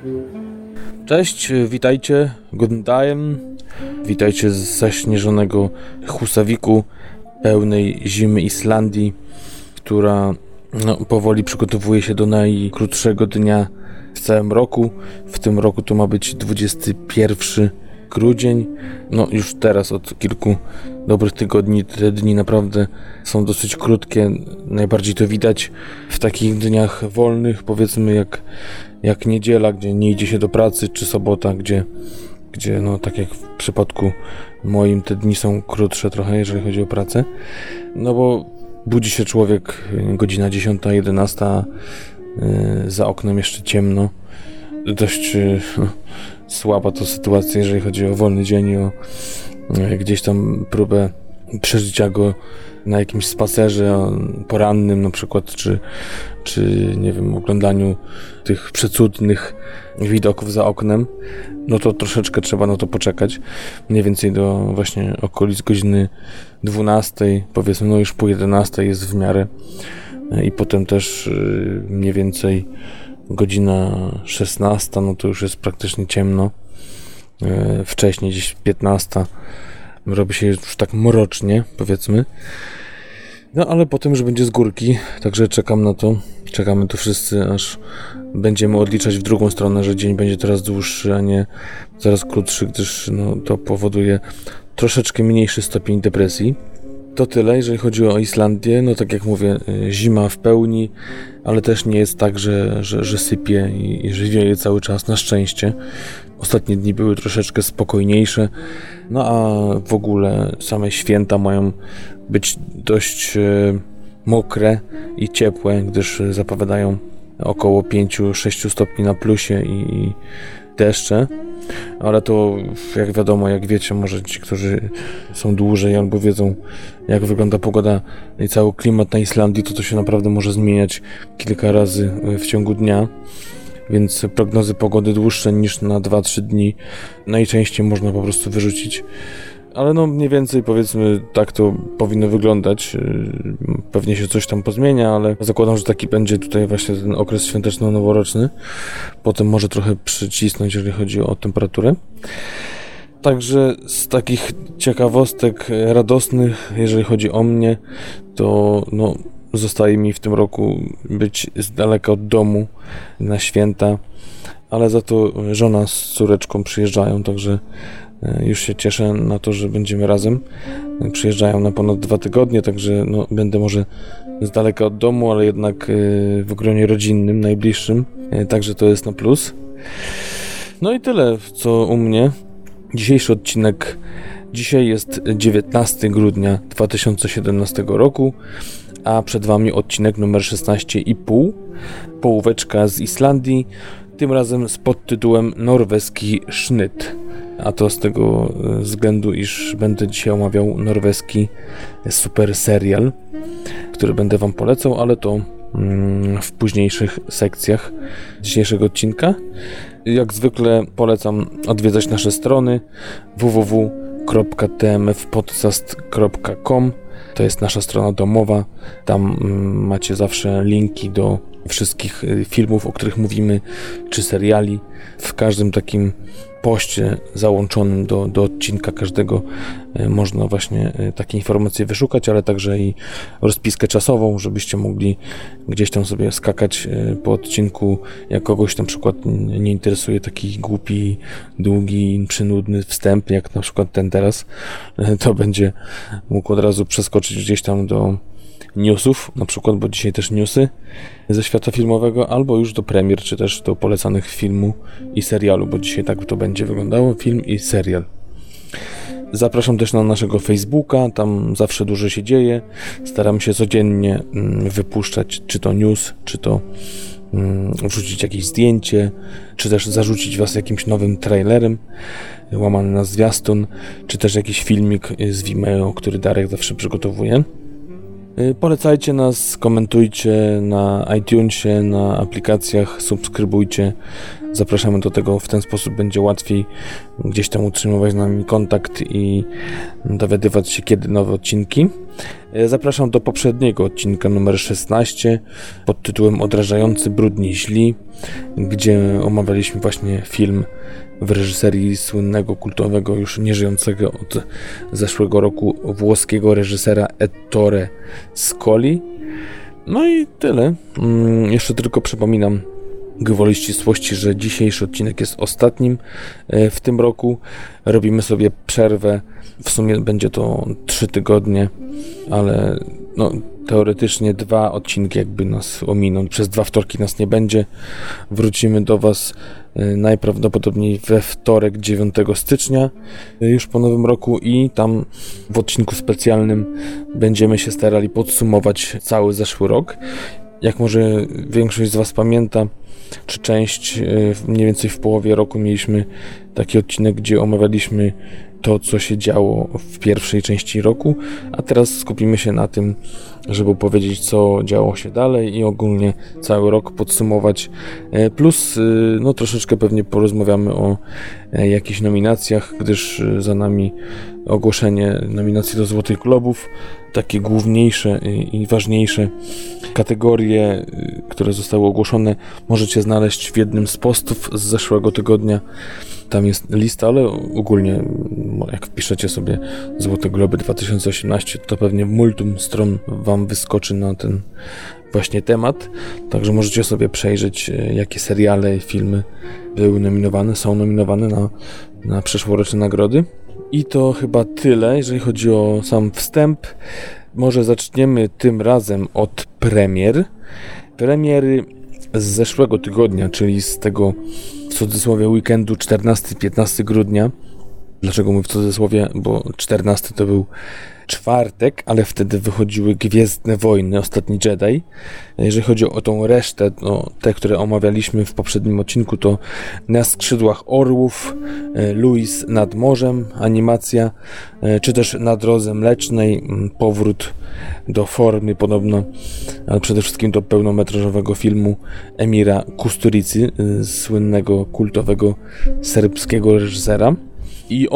Cześć, witajcie, guten Tag. Witajcie z zaśnieżonego Husawiku, pełnej zimy Islandii, która powoli przygotowuje się do najkrótszego dnia w całym roku. W tym roku to ma być 21 grudzień. Już teraz od kilku dobrych tygodni te dni naprawdę są dosyć krótkie. Najbardziej to widać w takich dniach wolnych, powiedzmy jak niedziela, gdzie nie idzie się do pracy, czy sobota, gdzie tak jak w przypadku moim, te dni są krótsze trochę, jeżeli chodzi o pracę. Bo budzi się człowiek godzina 10, 11, za oknem jeszcze ciemno. Dość słaba to sytuacja, jeżeli chodzi o wolny dzień i o gdzieś tam próbę przeżycia go na jakimś spacerze porannym na przykład, czy nie wiem, oglądaniu tych przecudnych widoków za oknem. To troszeczkę trzeba na to poczekać. Mniej więcej do właśnie okolic godziny 12, powiedzmy, już po 11 jest w miarę. I potem też mniej więcej godzina 16, to już jest praktycznie ciemno. Wcześniej, gdzieś 15, robi się już tak mrocznie, powiedzmy. Ale potem już będzie z górki, także czekam na to. Czekamy tu wszyscy, aż będziemy odliczać w drugą stronę, że dzień będzie coraz dłuższy, a nie coraz krótszy, gdyż to powoduje troszeczkę mniejszy stopień depresji. To tyle, jeżeli chodzi o Islandię. Tak jak mówię, zima w pełni, ale też nie jest tak, że sypie i że wieje cały czas, na szczęście. Ostatnie dni były troszeczkę spokojniejsze, a w ogóle same święta mają być dość mokre i ciepłe, gdyż zapowiadają około 5-6 stopni na plusie i deszcze. Ale to, jak wiadomo, jak wiecie, może ci, którzy są dłużej albo wiedzą, jak wygląda pogoda i cały klimat na Islandii, to się naprawdę może zmieniać kilka razy w ciągu dnia. Więc prognozy pogody dłuższe niż na 2-3 dni najczęściej można po prostu wyrzucić. Ale mniej więcej, powiedzmy, tak to powinno wyglądać. Pewnie się coś tam pozmienia, ale zakładam, że taki będzie tutaj właśnie ten okres świąteczno-noworoczny. Potem może trochę przycisnąć, jeżeli chodzi o temperaturę. Także z takich ciekawostek radosnych, jeżeli chodzi o mnie, to zostaje mi w tym roku być z daleka od domu na święta, ale za to żona z córeczką przyjeżdżają, także już się cieszę na to, że będziemy razem. Przyjeżdżają na ponad 2 tygodnie, także będę może z daleka od domu, ale jednak w gronie rodzinnym, najbliższym, także to jest na plus. I tyle, co u mnie. Dzisiejszy odcinek. Dzisiaj jest 19 grudnia 2017 roku, a przed Wami odcinek numer 16,5, połóweczka z Islandii, tym razem z podtytułem Norweski sznyt. A to z tego względu, iż będę dzisiaj omawiał norweski super serial, który będę Wam polecał, ale to w późniejszych sekcjach dzisiejszego odcinka. Jak zwykle polecam odwiedzać nasze strony www.tmfpodcast.com. To jest nasza strona domowa. Tam macie zawsze linki do wszystkich filmów, o których mówimy, czy seriali. W każdym takim poście załączonym do odcinka każdego można właśnie takie informacje wyszukać, ale także i rozpiskę czasową, żebyście mogli gdzieś tam sobie skakać po odcinku, jak kogoś na przykład nie interesuje taki głupi, długi, przynudny wstęp, jak na przykład ten teraz, to będzie mógł od razu przeskoczyć gdzieś tam do newsów, na przykład, bo dzisiaj też newsy ze świata filmowego, albo już do premier, czy też do polecanych filmu i serialu, bo dzisiaj tak to będzie wyglądało, film i serial. Zapraszam też na naszego Facebooka, tam zawsze dużo się dzieje, staram się codziennie wypuszczać, czy to news, czy to wrzucić jakieś zdjęcie, czy też zarzucić Was jakimś nowym trailerem, łamany na zwiastun, czy też jakiś filmik z Vimeo, który Darek zawsze przygotowuje. Polecajcie nas, komentujcie na iTunesie, na aplikacjach, subskrybujcie. Zapraszamy do tego, w ten sposób będzie łatwiej gdzieś tam utrzymywać z nami kontakt i dowiadywać się, kiedy nowe odcinki. Zapraszam do poprzedniego odcinka numer 16 pod tytułem Odrażający, brudni, źli, gdzie omawialiśmy właśnie film w reżyserii słynnego, kultowego, już nieżyjącego od zeszłego roku włoskiego reżysera Ettore Scoli. No i tyle. Jeszcze tylko przypominam gwoli ścisłości, że dzisiejszy odcinek jest ostatnim w tym roku. Robimy sobie przerwę. W sumie będzie to 3 tygodnie, ale teoretycznie 2 odcinki jakby nas ominą. Przez 2 wtorki nas nie będzie. Wrócimy do Was najprawdopodobniej we wtorek 9 stycznia, już po nowym roku, i tam w odcinku specjalnym będziemy się starali podsumować cały zeszły rok. Jak może większość z Was pamięta, czy część, mniej więcej w połowie roku mieliśmy taki odcinek, gdzie omawialiśmy to, co się działo w pierwszej części roku, a teraz skupimy się na tym, żeby opowiedzieć, co działo się dalej i ogólnie cały rok podsumować. Plus, troszeczkę pewnie porozmawiamy o jakichś nominacjach, gdyż za nami ogłoszenie nominacji do Złotych Globów. Takie główniejsze i ważniejsze kategorie, które zostały ogłoszone, możecie znaleźć w jednym z postów z zeszłego tygodnia. Tam jest lista, ale ogólnie jak wpiszecie sobie Złote Globy 2018, to pewnie multum stron Wam wyskoczy na ten właśnie temat. Także możecie sobie przejrzeć, jakie seriale i filmy były nominowane, są nominowane na przyszłoroczne nagrody. I to chyba tyle, jeżeli chodzi o sam wstęp. Może zaczniemy tym razem od premier. Premiery z zeszłego tygodnia, czyli z tego, w cudzysłowie, weekendu 14-15 grudnia. Dlaczego mówię w cudzysłowie? Bo 14 to był czwartek, ale wtedy wychodziły Gwiezdne Wojny, Ostatni Jedi. Jeżeli chodzi o tą resztę, te, które omawialiśmy w poprzednim odcinku, to Na skrzydłach orłów, Louis nad morzem, animacja, czy też Na drodze mlecznej, powrót do formy podobno, ale przede wszystkim do pełnometrażowego filmu Emira Kusturicy, słynnego, kultowego serbskiego reżysera. I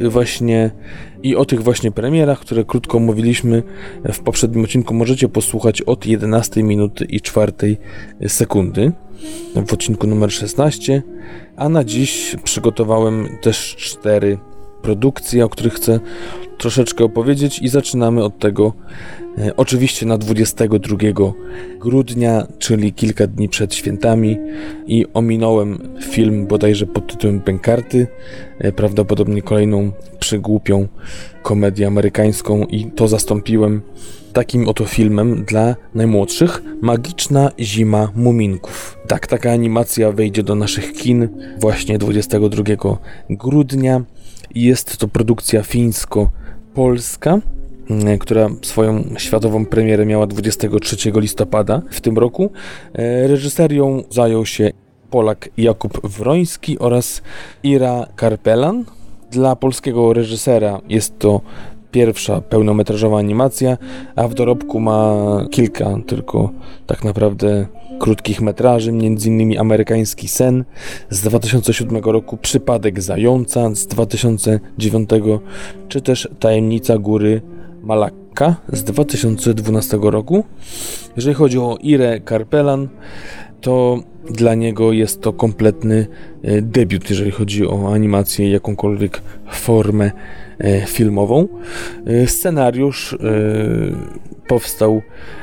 o tych właśnie premierach, które krótko omówiliśmy w poprzednim odcinku, możecie posłuchać od 11 minuty i 4 sekundy w odcinku numer 16, a na dziś przygotowałem też 4 produkcje, o których chcę troszeczkę opowiedzieć, i zaczynamy od tego oczywiście na 22 grudnia, czyli kilka dni przed świętami, i ominąłem film bodajże pod tytułem Pękarty, prawdopodobnie kolejną przygłupią komedię amerykańską, i to zastąpiłem takim oto filmem dla najmłodszych: Magiczna zima muminków. Tak, taka animacja wejdzie do naszych kin właśnie 22 grudnia. Jest to produkcja fińsko-polska, która swoją światową premierę miała 23 listopada w tym roku. Reżyserią zajął się Polak Jakub Wroński oraz Ira Karpelan. Dla polskiego reżysera jest to pierwsza pełnometrażowa animacja, a w dorobku ma kilka tylko tak naprawdę krótkich metraży, m.in. Amerykański sen z 2007 roku, Przypadek zająca z 2009, czy też Tajemnica góry Malakka z 2012 roku. Jeżeli chodzi o Irę Karpelan, to dla niego jest to kompletny debiut, jeżeli chodzi o animację i jakąkolwiek formę filmową. Scenariusz powstał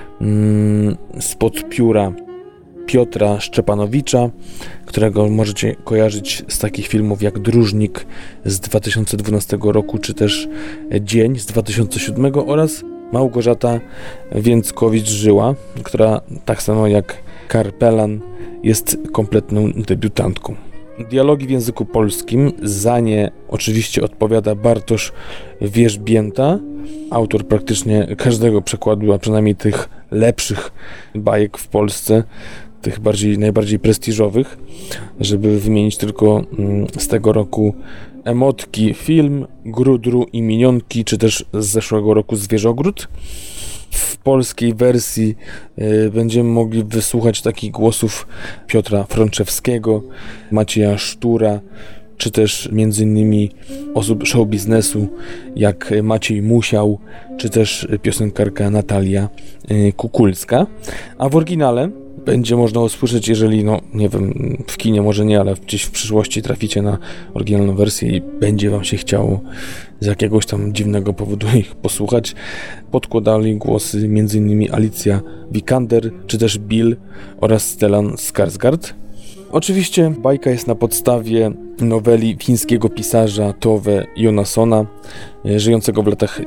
spod pióra Piotra Szczepanowicza, którego możecie kojarzyć z takich filmów jak Dróżnik z 2012 roku, czy też Dzień z 2007, oraz Małgorzata Więckowicz-Żyła, która tak samo jak Karpelan jest kompletną debiutantką. Dialogi w języku polskim za nie oczywiście odpowiada Bartosz Wierzbięta, autor praktycznie każdego przekładu, a przynajmniej tych lepszych bajek w Polsce, tych najbardziej prestiżowych, żeby wymienić tylko z tego roku Emotki film, Grudru i Minionki, czy też z zeszłego roku Zwierzogród. W polskiej wersji będziemy mogli wysłuchać takich głosów Piotra Frączewskiego, Macieja Sztura, czy też m.in. osób show biznesu jak Maciej Musiał, czy też piosenkarka Natalia Kukulska. A w oryginale będzie można usłyszeć, jeżeli, nie wiem, w kinie może nie, ale gdzieś w przyszłości traficie na oryginalną wersję i będzie wam się chciało z jakiegoś tam dziwnego powodu ich posłuchać, podkładali głosy m.in. Alicja Vikander, czy też Bill oraz Stellan Skarsgård. Oczywiście bajka jest na podstawie noweli fińskiego pisarza Tove Jonasona, żyjącego w latach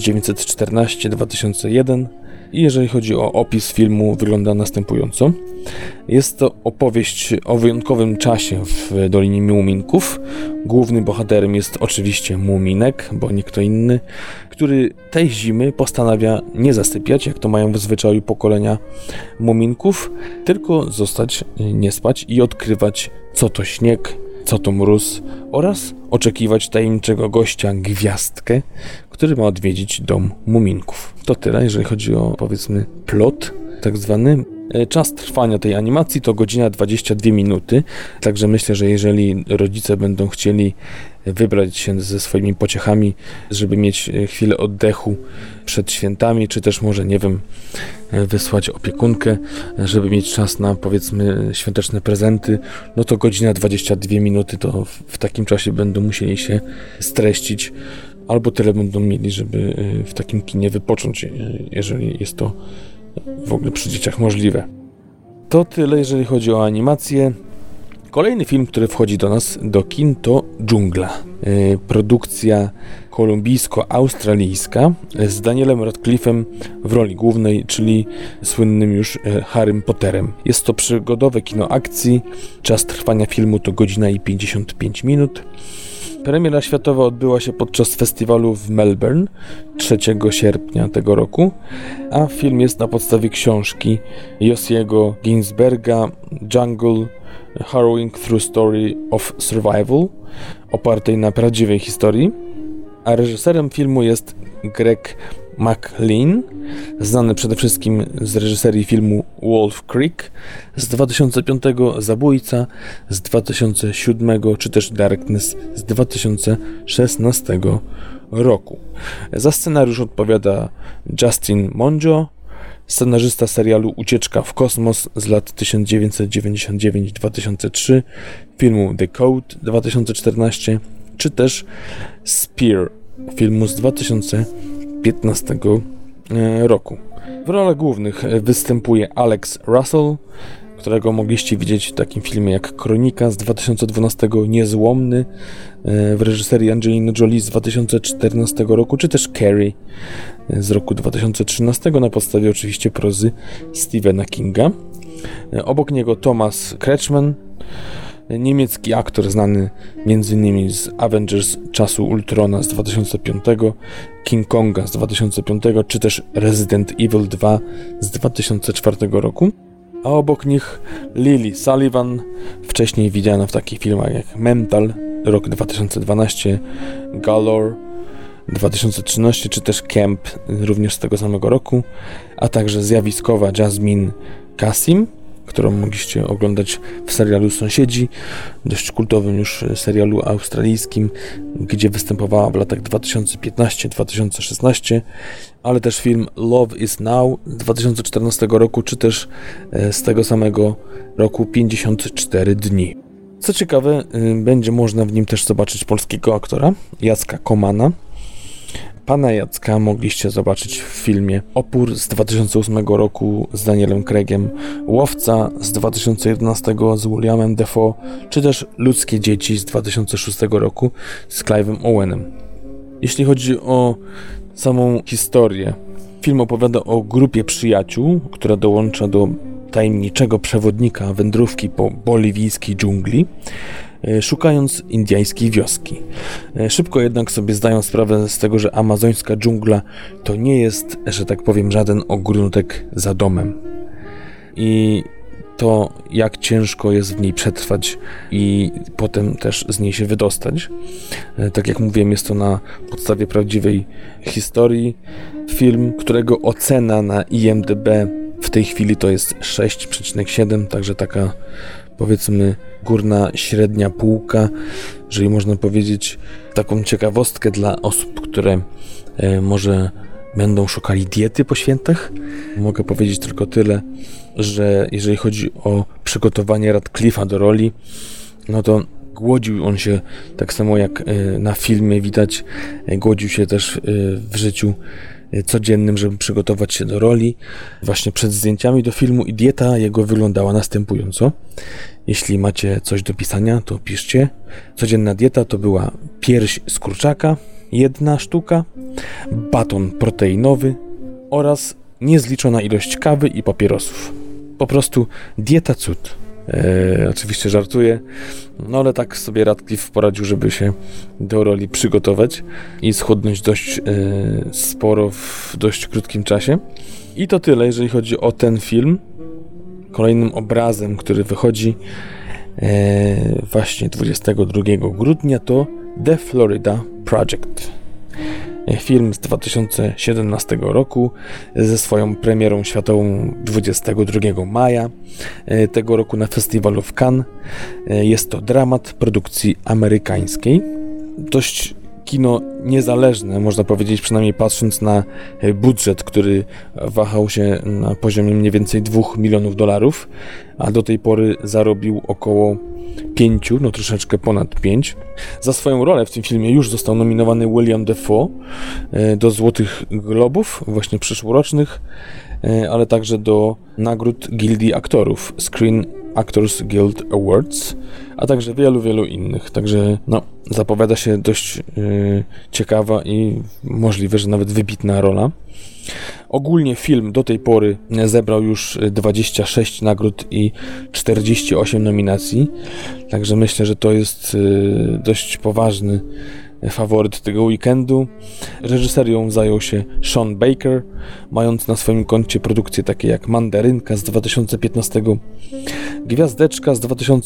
1914-2001. I jeżeli chodzi o opis filmu, wygląda następująco. Jest to opowieść o wyjątkowym czasie w Dolinie Muminków. Głównym bohaterem jest oczywiście Muminek, bo nie kto inny, który tej zimy postanawia nie zasypiać, jak to mają w zwyczaju pokolenia Muminków, tylko zostać, nie spać i odkrywać, co to śnieg, co to mróz, oraz oczekiwać tajemniczego gościa, Gwiazdkę, który ma odwiedzić dom Muminków. To tyle, jeżeli chodzi o, powiedzmy, plot tak zwany. Czas trwania tej animacji to godzina 22 minuty, także myślę, że jeżeli rodzice będą chcieli wybrać się ze swoimi pociechami, żeby mieć chwilę oddechu przed świętami, czy też może, nie wiem, wysłać opiekunkę, żeby mieć czas na, powiedzmy, świąteczne prezenty, no to godzina 22 minuty to w takim czasie będą musieli się streścić, albo tyle będą mieli, żeby w takim kinie wypocząć, jeżeli jest to w ogóle przy dzieciach możliwe. To tyle, jeżeli chodzi o animację. Kolejny film, który wchodzi do nas, do kin, to Dżungla. Produkcja kolumbijsko-australijska z Danielem Radcliffe'em w roli głównej, czyli słynnym już Harrym Potterem. Jest to przygodowe kino akcji. Czas trwania filmu to godzina i 55 minut. Premiera światowa odbyła się podczas festiwalu w Melbourne 3 sierpnia tego roku, a film jest na podstawie książki Josiego Ginsberga Jungle – Harrowing True Story of Survival, opartej na prawdziwej historii, a reżyserem filmu jest Greg McLean, znany przede wszystkim z reżyserii filmu Wolf Creek z 2005, Zabójca z 2007, czy też Darkness z 2016 roku. Za scenariusz odpowiada Justin Monjo, scenarzysta serialu Ucieczka w kosmos z lat 1999-2003, filmu The Code 2014, czy też Spear, filmu z 2015 roku. W rolach głównych występuje Alex Russell, którego mogliście widzieć w takim filmie jak Kronika z 2012, Niezłomny w reżyserii Angeliny Jolie z 2014 roku, czy też Carrie z roku 2013 na podstawie oczywiście prozy Stephena Kinga. Obok niego Thomas Kretschmann, niemiecki aktor znany m.in. z Avengers Czasu Ultrona z 2005, King Konga z 2005, czy też Resident Evil 2 z 2004 roku. A obok nich Lily Sullivan, wcześniej widziana w takich filmach jak Mental, rok 2012, Galore 2013, czy też Camp, również z tego samego roku, a także zjawiskowa Jasmine Kasim, którą mogliście oglądać w serialu Sąsiedzi, dość kultowym już serialu australijskim, gdzie występowała w latach 2015-2016, ale też film Love is Now z 2014 roku, czy też z tego samego roku 54 dni. Co ciekawe, będzie można w nim też zobaczyć polskiego aktora, Jacka Komana. Pana Jacka mogliście zobaczyć w filmie Opór z 2008 roku z Danielem Craigiem, Łowca z 2011 z Williamem Dafoe, czy też Ludzkie dzieci z 2006 roku z Clive'em Owenem. Jeśli chodzi o samą historię, film opowiada o grupie przyjaciół, która dołącza do tajemniczego przewodnika wędrówki po boliwijskiej dżungli, szukając indyjskiej wioski. Szybko jednak sobie zdają sprawę z tego, że amazońska dżungla to nie jest, że tak powiem, żaden ogródek za domem. I to, jak ciężko jest w niej przetrwać i potem też z niej się wydostać. Tak jak mówiłem, jest to na podstawie prawdziwej historii. Film, którego ocena na IMDb w tej chwili to jest 6,7, także taka, powiedzmy, górna, średnia półka, jeżeli można powiedzieć. Taką ciekawostkę dla osób, które może będą szukali diety po świętach. Mogę powiedzieć tylko tyle, że jeżeli chodzi o przygotowanie Radcliffe'a do roli, no to głodził on się, tak samo jak na filmie widać, głodził się też w życiu codziennym, żeby przygotować się do roli. Właśnie przed zdjęciami do filmu i dieta jego wyglądała następująco. Jeśli macie coś do pisania, to piszcie. Codzienna dieta to była pierś z kurczaka, 1 sztuka, baton proteinowy oraz niezliczona ilość kawy i papierosów. Po prostu dieta cud. Oczywiście żartuję, no ale tak sobie Radcliffe poradził, żeby się do roli przygotować i schudnąć dość sporo w dość krótkim czasie. I to tyle, jeżeli chodzi o ten film. Kolejnym obrazem, który wychodzi właśnie 22 grudnia, to The Florida Project. Film z 2017 roku ze swoją premierą światową 22 maja tego roku na festiwalu w Cannes. Jest to dramat produkcji amerykańskiej. Dość kino niezależne, można powiedzieć, przynajmniej patrząc na budżet, który wahał się na poziomie mniej więcej $2 milionów, a do tej pory zarobił około 5, no troszeczkę ponad 5. Za swoją rolę w tym filmie już został nominowany William Dafoe do Złotych Globów, właśnie przyszłorocznych, ale także do nagród Gildii Aktorów, Screen Actors Guild Awards, a także wielu innych. Także no, zapowiada się dość ciekawa i możliwe, że nawet wybitna rola. Ogólnie film do tej pory zebrał już 26 nagród i 48 nominacji, także myślę, że to jest dość poważny faworyt tego weekendu. Reżyserią zajął się Sean Baker, mając na swoim koncie produkcje takie jak Mandarynka z 2015, Gwiazdeczka z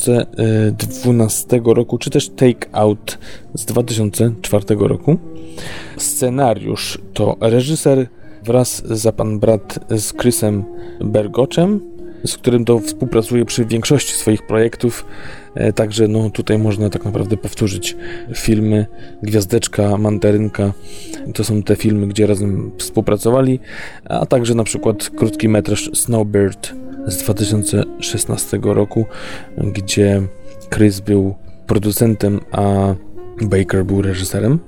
2012 roku, czy też Take Out z 2004 roku. Scenariusz to reżyser wraz za pan brat z Chrisem Bergochem, z którym to współpracuje przy większości swoich projektów. Także no, tutaj można tak naprawdę powtórzyć filmy Gwiazdeczka, Mandarynka. To są te filmy, gdzie razem współpracowali, a także na przykład krótki metraż Snowbird z 2016 roku, gdzie Chris był producentem, a Baker był reżyserem.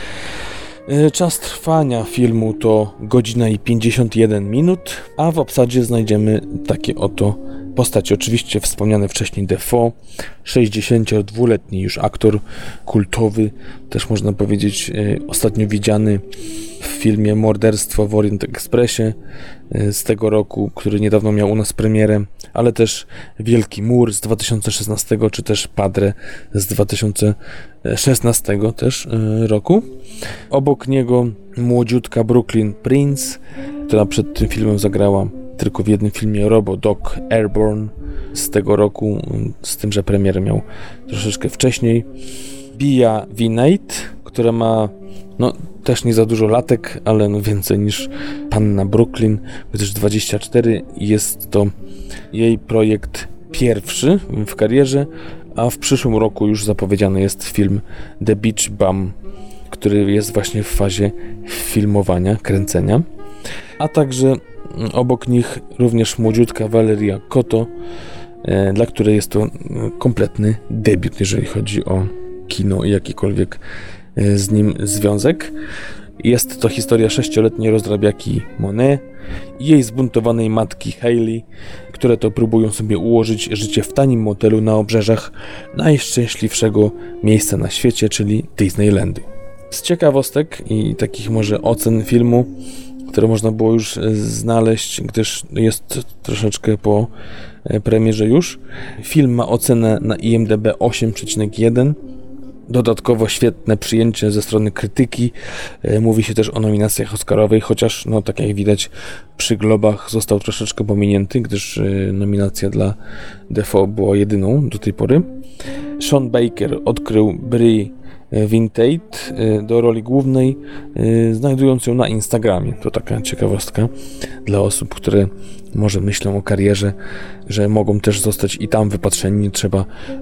Czas trwania filmu to 1 godzina i 51 minut, a w obsadzie znajdziemy takie oto postacie. Oczywiście wspomniane wcześniej Dafoe, 62-letni już aktor kultowy, też można powiedzieć ostatnio widziany w filmie Morderstwo w Orient Expressie z tego roku, który niedawno miał u nas premierę, ale też Wielki Mur z 2016, czy też Padre z 2016 też roku. Obok niego młodziutka Brooklyn Prince, która przed tym filmem zagrała tylko w jednym filmie Robo-Dog Airborne z tego roku, z tym, że premierę miał troszeczkę wcześniej. Bia Vinayt, która ma no też nie za dużo latek, ale no więcej niż panna Brooklyn, gdyż 24, jest to jej projekt pierwszy w karierze, a w przyszłym roku już zapowiedziany jest film The Beach Bum, który jest właśnie w fazie filmowania, kręcenia. A także obok nich również młodziutka Valeria Cotto, dla której jest to kompletny debiut, jeżeli chodzi o kino i jakikolwiek z nim związek. Jest to historia 6-letniej rozrabiaki Monet i jej zbuntowanej matki Hayley, które to próbują sobie ułożyć życie w tanim motelu na obrzeżach najszczęśliwszego miejsca na świecie, czyli Disneylandu. Z ciekawostek i takich może ocen filmu, które można było już znaleźć, gdyż jest troszeczkę po premierze już. Film ma ocenę na IMDb 8,1, dodatkowo świetne przyjęcie ze strony krytyki. Mówi się też o nominacjach oscarowych, chociaż no tak jak widać przy Globach został troszeczkę pominięty, gdyż nominacja dla Dafoe była jedyną do tej pory. Sean Baker odkrył Brie Wintate do roli głównej, znajdując ją na Instagramie. To taka ciekawostka dla osób, które może myślą o karierze, że mogą też zostać i tam wypatrzeni. Nie trzeba,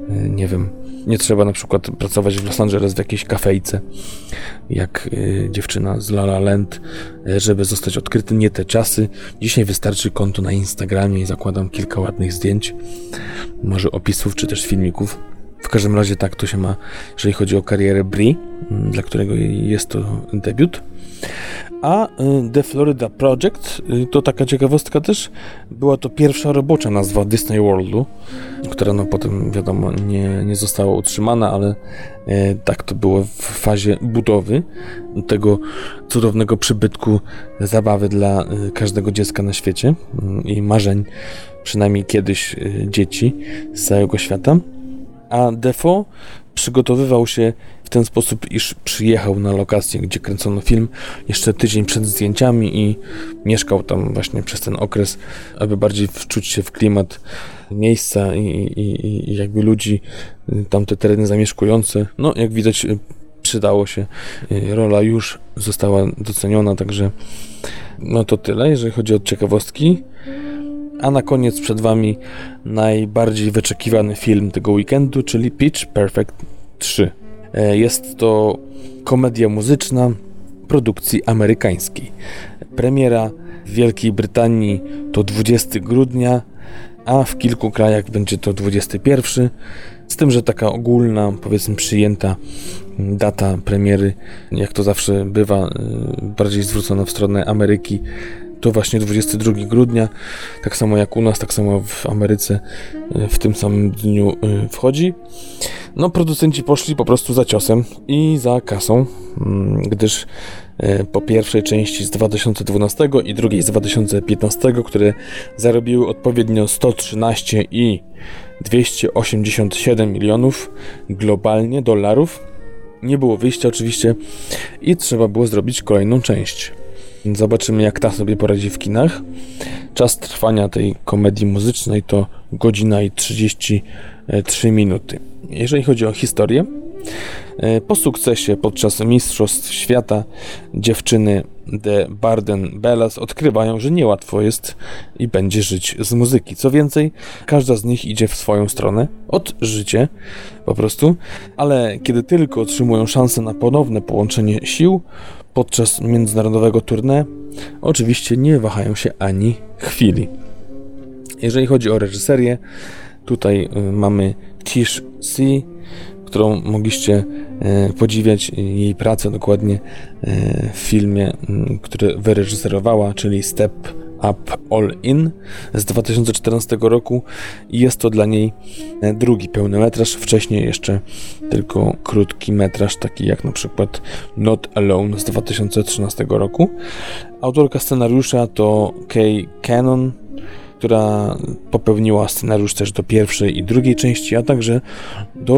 nie trzeba na przykład pracować w Los Angeles w jakiejś kafejce, jak dziewczyna z La La Land, żeby zostać odkryty. Nie te czasy. Dzisiaj wystarczy konto na Instagramie i zakładam kilka ładnych zdjęć, może opisów, czy też filmików. W każdym razie tak to się ma, jeżeli chodzi o karierę Brie, dla którego jest to debiut. A The Florida Project to taka ciekawostka też. Była to pierwsza robocza nazwa Disney Worldu, która no potem wiadomo nie została utrzymana, ale tak to było w fazie budowy tego cudownego przybytku zabawy dla każdego dziecka na świecie i marzeń przynajmniej kiedyś dzieci z całego świata. A Dafoe przygotowywał się w ten sposób, iż przyjechał na lokację, gdzie kręcono film jeszcze tydzień przed zdjęciami i mieszkał tam właśnie przez ten okres, aby bardziej wczuć się w klimat miejsca i jakby ludzi, tamte tereny zamieszkujące. No, jak widać, przydało się. Rola już została doceniona, także no to tyle, jeżeli chodzi o ciekawostki. A na koniec przed Wami najbardziej wyczekiwany film tego weekendu, czyli Pitch Perfect 3. Jest to komedia muzyczna produkcji amerykańskiej. Premiera w Wielkiej Brytanii to 20 grudnia, a w kilku krajach będzie to 21. Z tym, że taka ogólna, powiedzmy przyjęta data premiery, jak to zawsze bywa, bardziej zwrócona w stronę Ameryki, to właśnie 22 grudnia, tak samo jak u nas, tak samo w Ameryce w tym samym dniu wchodzi. No, producenci poszli po prostu za ciosem i za kasą, gdyż po pierwszej części z 2012 i drugiej z 2015, które zarobiły odpowiednio 113 i 287 milionów globalnie dolarów, nie było wyjścia oczywiście i trzeba było zrobić kolejną część. Zobaczymy, jak ta sobie poradzi w kinach. Czas trwania tej komedii muzycznej to godzina i 33 minuty. Jeżeli chodzi o historię, po sukcesie podczas Mistrzostw Świata dziewczyny The Barden Bellas odkrywają, że niełatwo jest i będzie żyć z muzyki. Co więcej, każda z nich idzie w swoją stronę, od życie po prostu, ale kiedy tylko otrzymują szansę na ponowne połączenie sił podczas międzynarodowego tournée, oczywiście nie wahają się ani chwili. Jeżeli chodzi o reżyserię, tutaj mamy Tish C, którą mogliście podziwiać jej pracę dokładnie w filmie, który wyreżyserowała, czyli Step Up All In z 2014 roku i jest to dla niej drugi pełny metraż. Wcześniej jeszcze tylko krótki metraż, taki jak na przykład Not Alone z 2013 roku. Autorka scenariusza to Kay Cannon, która popełniła scenariusz też do pierwszej i drugiej części, a także do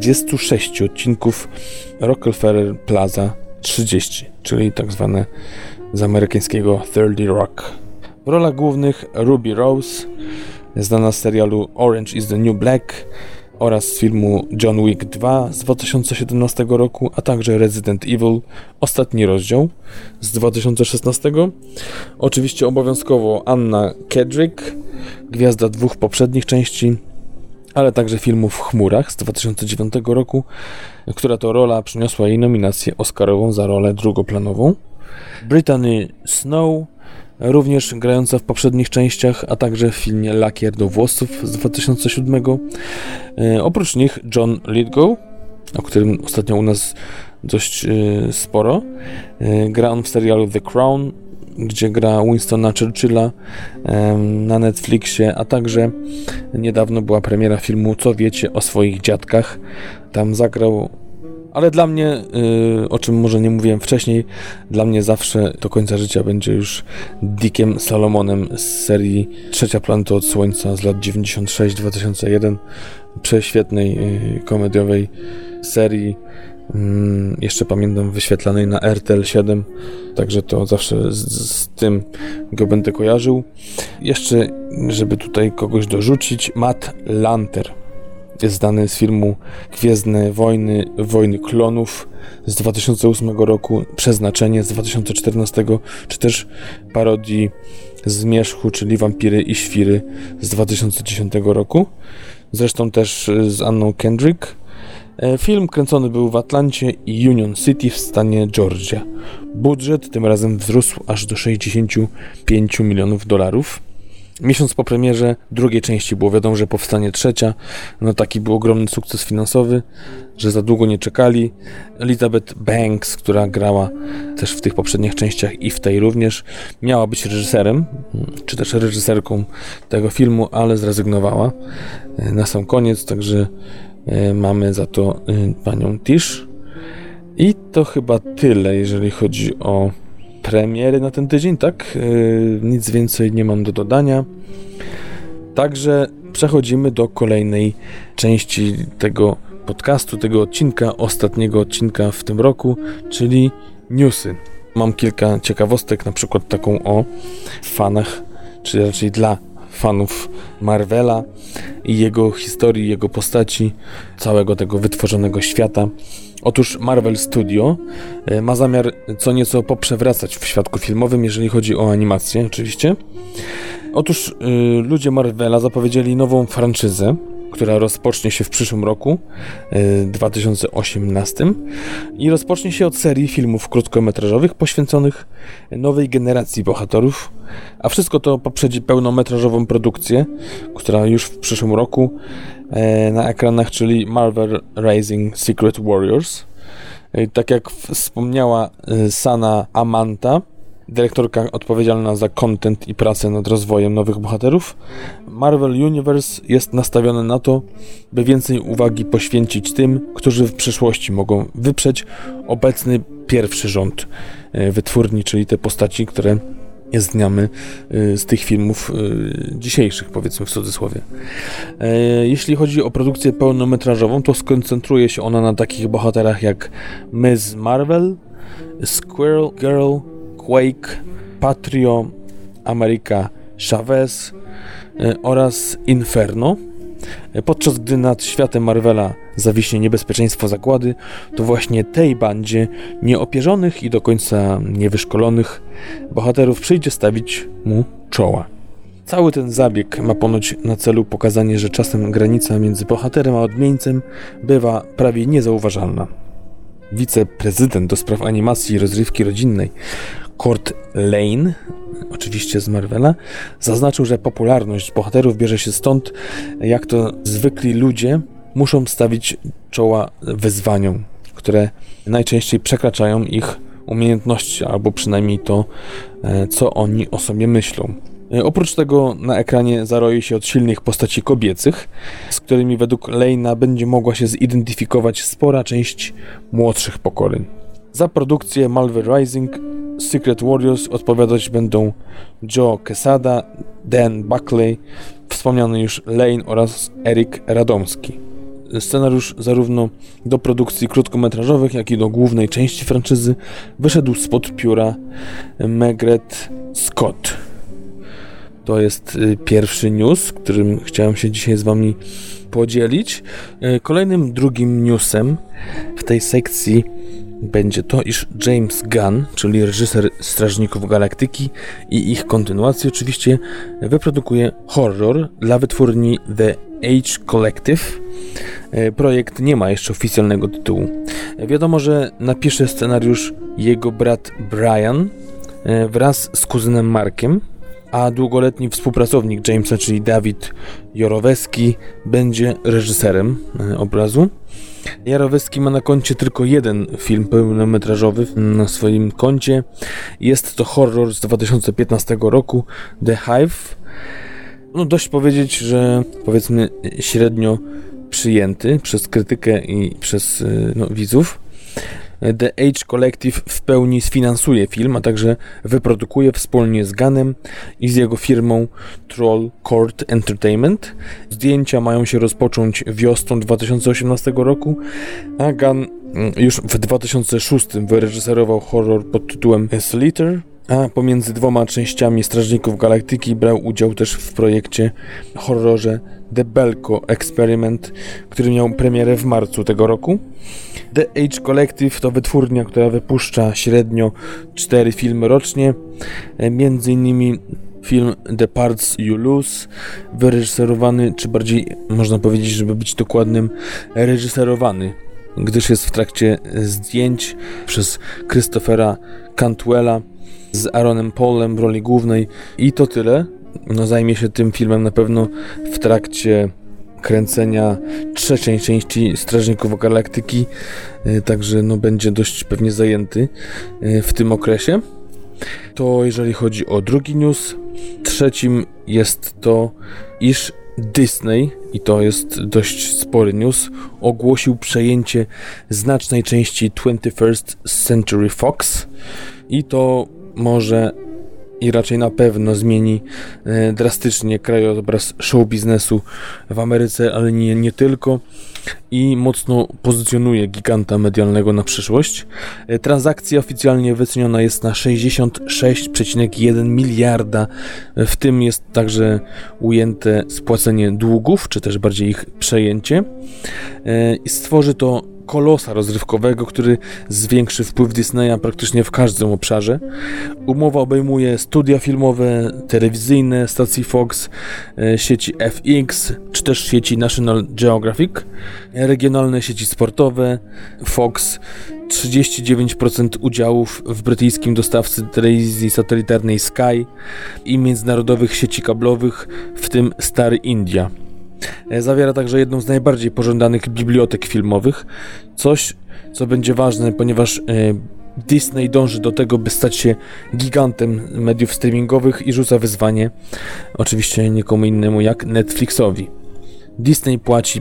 46 odcinków Rockefeller Plaza 30, czyli tak zwane z amerykańskiego 30 Rock. W rolach głównych Ruby Rose, znana z serialu Orange is the New Black oraz z filmu John Wick 2 z 2017 roku, a także Resident Evil, ostatni rozdział z 2016. Oczywiście obowiązkowo Anna Kendrick, gwiazda dwóch poprzednich części, ale także filmu W chmurach z 2009 roku, która to rola przyniosła jej nominację oscarową za rolę drugoplanową. Brittany Snow, również grająca w poprzednich częściach, a także w filmie Lakier do włosów z 2007. Oprócz nich John Lithgow, o którym ostatnio u nas dość sporo. Gra on w serialu The Crown, gdzie gra Winstona Churchilla na Netflixie, a także niedawno była premiera filmu Co wiecie o swoich dziadkach. Tam zagrał Ale dla mnie, o czym może nie mówiłem wcześniej, dla mnie zawsze do końca życia będzie już Dickiem Salomonem z serii Trzecia planeta od Słońca z lat 96-2001. Prześwietnej, komediowej serii. Jeszcze pamiętam wyświetlanej na RTL 7, także to zawsze z tym go będę kojarzył. Jeszcze, żeby tutaj kogoś dorzucić, Matt Lanter jest znany z filmu Gwiezdne Wojny, Wojny Klonów z 2008 roku, Przeznaczenie z 2014, czy też parodii Zmierzchu, czyli Wampiry i Świry z 2010 roku. Zresztą też z Anną Kendrick. Film kręcony był w Atlancie i Union City w stanie Georgia. Budżet tym razem wzrósł aż do $65 milionów. Miesiąc po premierze drugiej części było wiadomo, że powstanie trzecia. No taki był ogromny sukces finansowy, że za długo nie czekali. Elizabeth Banks, która grała też w tych poprzednich częściach i w tej również, miała być reżyserem, czy też reżyserką tego filmu, ale zrezygnowała na sam koniec, także mamy za to panią Tish. I to chyba tyle, jeżeli chodzi o premiery na ten tydzień, tak? Nic więcej nie mam do dodania. Także przechodzimy do kolejnej części tego podcastu, tego odcinka, ostatniego odcinka w tym roku, czyli newsy. Mam kilka ciekawostek, na przykład taką o fanach, czy raczej dla fanów Marvela i jego historii, jego postaci, całego tego wytworzonego świata. Otóż Marvel Studio ma zamiar co nieco poprzewracać w świadku filmowym, jeżeli chodzi o animację oczywiście. Otóż ludzie Marvela zapowiedzieli nową franczyzę, która rozpocznie się w przyszłym roku, 2018, i rozpocznie się od serii filmów krótkometrażowych poświęconych nowej generacji bohaterów, a wszystko to poprzedzi pełnometrażową produkcję, która już w przyszłym roku na ekranach, czyli Marvel Rising Secret Warriors. Tak jak wspomniała Sana Amanta, dyrektorka odpowiedzialna za content i pracę nad rozwojem nowych bohaterów, Marvel Universe jest nastawione na to, by więcej uwagi poświęcić tym, którzy w przyszłości mogą wyprzeć obecny pierwszy rząd wytwórni, czyli te postaci, które znamy z tych filmów dzisiejszych, powiedzmy w cudzysłowie. Jeśli chodzi o produkcję pełnometrażową, to skoncentruje się ona na takich bohaterach jak Ms. Marvel, Squirrel Girl, Quake, Patrio, America Chavez oraz Inferno. Podczas gdy nad światem Marvela zawiśnie niebezpieczeństwo zagłady, to właśnie tej bandzie nieopierzonych i do końca niewyszkolonych bohaterów przyjdzie stawić mu czoła. Cały ten zabieg ma ponoć na celu pokazanie, że czasem granica między bohaterem a odmieńcem bywa prawie niezauważalna. Wiceprezydent do spraw animacji i rozrywki rodzinnej Kurt Lane, oczywiście z Marvela, zaznaczył, że popularność bohaterów bierze się stąd, jak to zwykli ludzie muszą stawić czoła wyzwaniom, które najczęściej przekraczają ich umiejętności, albo przynajmniej to, co oni o sobie myślą. Oprócz tego na ekranie zaroi się od silnych postaci kobiecych, z którymi według Lane'a będzie mogła się zidentyfikować spora część młodszych pokoleń. Za produkcję Marvel Rising Secret Warriors odpowiadać będą Joe Quesada, Dan Buckley, wspomniany już Lane oraz Eric Radomski. Scenariusz zarówno do produkcji krótkometrażowych, jak i do głównej części franczyzy wyszedł spod pióra Margaret Scott. To jest pierwszy news, którym chciałem się dzisiaj z wami podzielić. Kolejnym drugim newsem w tej sekcji będzie to, iż James Gunn, czyli reżyser Strażników Galaktyki i ich kontynuacji oczywiście, wyprodukuje horror dla wytwórni The Age Collective. Projekt nie ma jeszcze oficjalnego tytułu. Wiadomo, że napisze scenariusz jego brat Brian wraz z kuzynem Markiem, a długoletni współpracownik Jamesa, czyli Dawid Joroweski, będzie reżyserem obrazu. Joroweski ma na koncie tylko jeden film pełnometrażowy na swoim koncie. Jest to horror z 2015 roku, The Hive. No dość powiedzieć, że powiedzmy średnio przyjęty przez krytykę i przez widzów. The Age Collective w pełni sfinansuje film, a także wyprodukuje wspólnie z Gunnem i z jego firmą Troll Court Entertainment. Zdjęcia mają się rozpocząć wiosną 2018 roku, a Gunn już w 2006 wyreżyserował horror pod tytułem Slither, a pomiędzy dwoma częściami Strażników Galaktyki brał udział też w projekcie horrorze The Belko Experiment, który miał premierę w marcu tego roku. The Age Collective to wytwórnia, która wypuszcza średnio 4 filmy rocznie, między innymi film The Parts You Lose, wyreżyserowany, czy bardziej można powiedzieć, żeby być dokładnym, reżyserowany, gdyż jest w trakcie zdjęć przez Christophera Cantwella z Aaronem Paulem w roli głównej i to tyle. Zajmie się tym filmem na pewno w trakcie kręcenia trzeciej części Strażników Galaktyki, także będzie dość pewnie zajęty w tym okresie. To jeżeli chodzi o drugi news. Trzecim jest to, iż Disney, i to jest dość spory news, ogłosił przejęcie znacznej części 21st Century Fox i to może i raczej na pewno zmieni drastycznie krajobraz show biznesu w Ameryce, ale nie tylko, i mocno pozycjonuje giganta medialnego na przyszłość. Transakcja oficjalnie wyceniona jest na 66,1 miliarda, w tym jest także ujęte spłacenie długów, czy też bardziej ich przejęcie. I stworzy to kolosa rozrywkowego, który zwiększy wpływ Disneya praktycznie w każdym obszarze. Umowa obejmuje studia filmowe, telewizyjne, stacji Fox, sieci FX, czy też sieci National Geographic, regionalne sieci sportowe, Fox, 39% udziałów w brytyjskim dostawcy telewizji satelitarnej Sky i międzynarodowych sieci kablowych, w tym Star India. Zawiera także jedną z najbardziej pożądanych bibliotek filmowych, coś co będzie ważne, ponieważ Disney dąży do tego, by stać się gigantem mediów streamingowych i rzuca wyzwanie oczywiście nikomu innemu jak Netflixowi. Disney płaci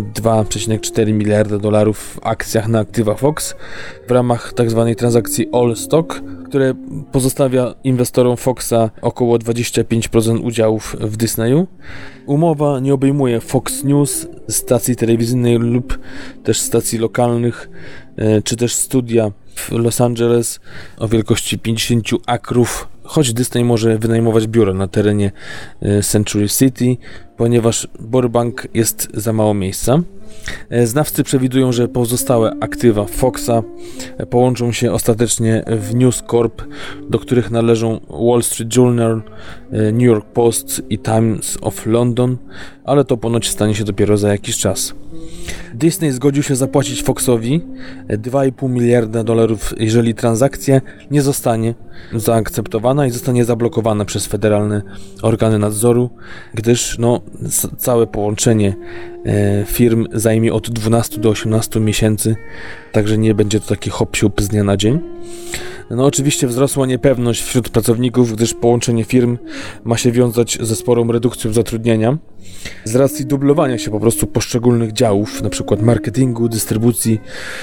52,4 miliarda dolarów w akcjach na aktywa Fox w ramach tzw. transakcji All Stock, które pozostawia inwestorom Foxa około 25% udziałów w Disneyu. Umowa nie obejmuje Fox News, stacji telewizyjnej lub też stacji lokalnych, czy też studia w Los Angeles o wielkości 50 akrów, choć Disney może wynajmować biuro na terenie Century City, ponieważ Burbank jest za mało miejsca. Znawcy przewidują, że pozostałe aktywa Foxa połączą się ostatecznie w News Corp, do których należą Wall Street Journal, New York Post i Times of London, ale to ponoć stanie się dopiero za jakiś czas. Disney zgodził się zapłacić Foxowi 2,5 miliarda dolarów, jeżeli transakcja nie zostanie zaakceptowana i zostanie zablokowana przez federalne organy nadzoru, gdyż całe połączenie firm zajmie od 12 do 18 miesięcy, także nie będzie to taki hop-siup z dnia na dzień. Oczywiście wzrosła niepewność wśród pracowników, gdyż połączenie firm ma się wiązać ze sporą redukcją zatrudnienia z racji dublowania się po prostu poszczególnych działów, na przykład marketingu, dystrybucji,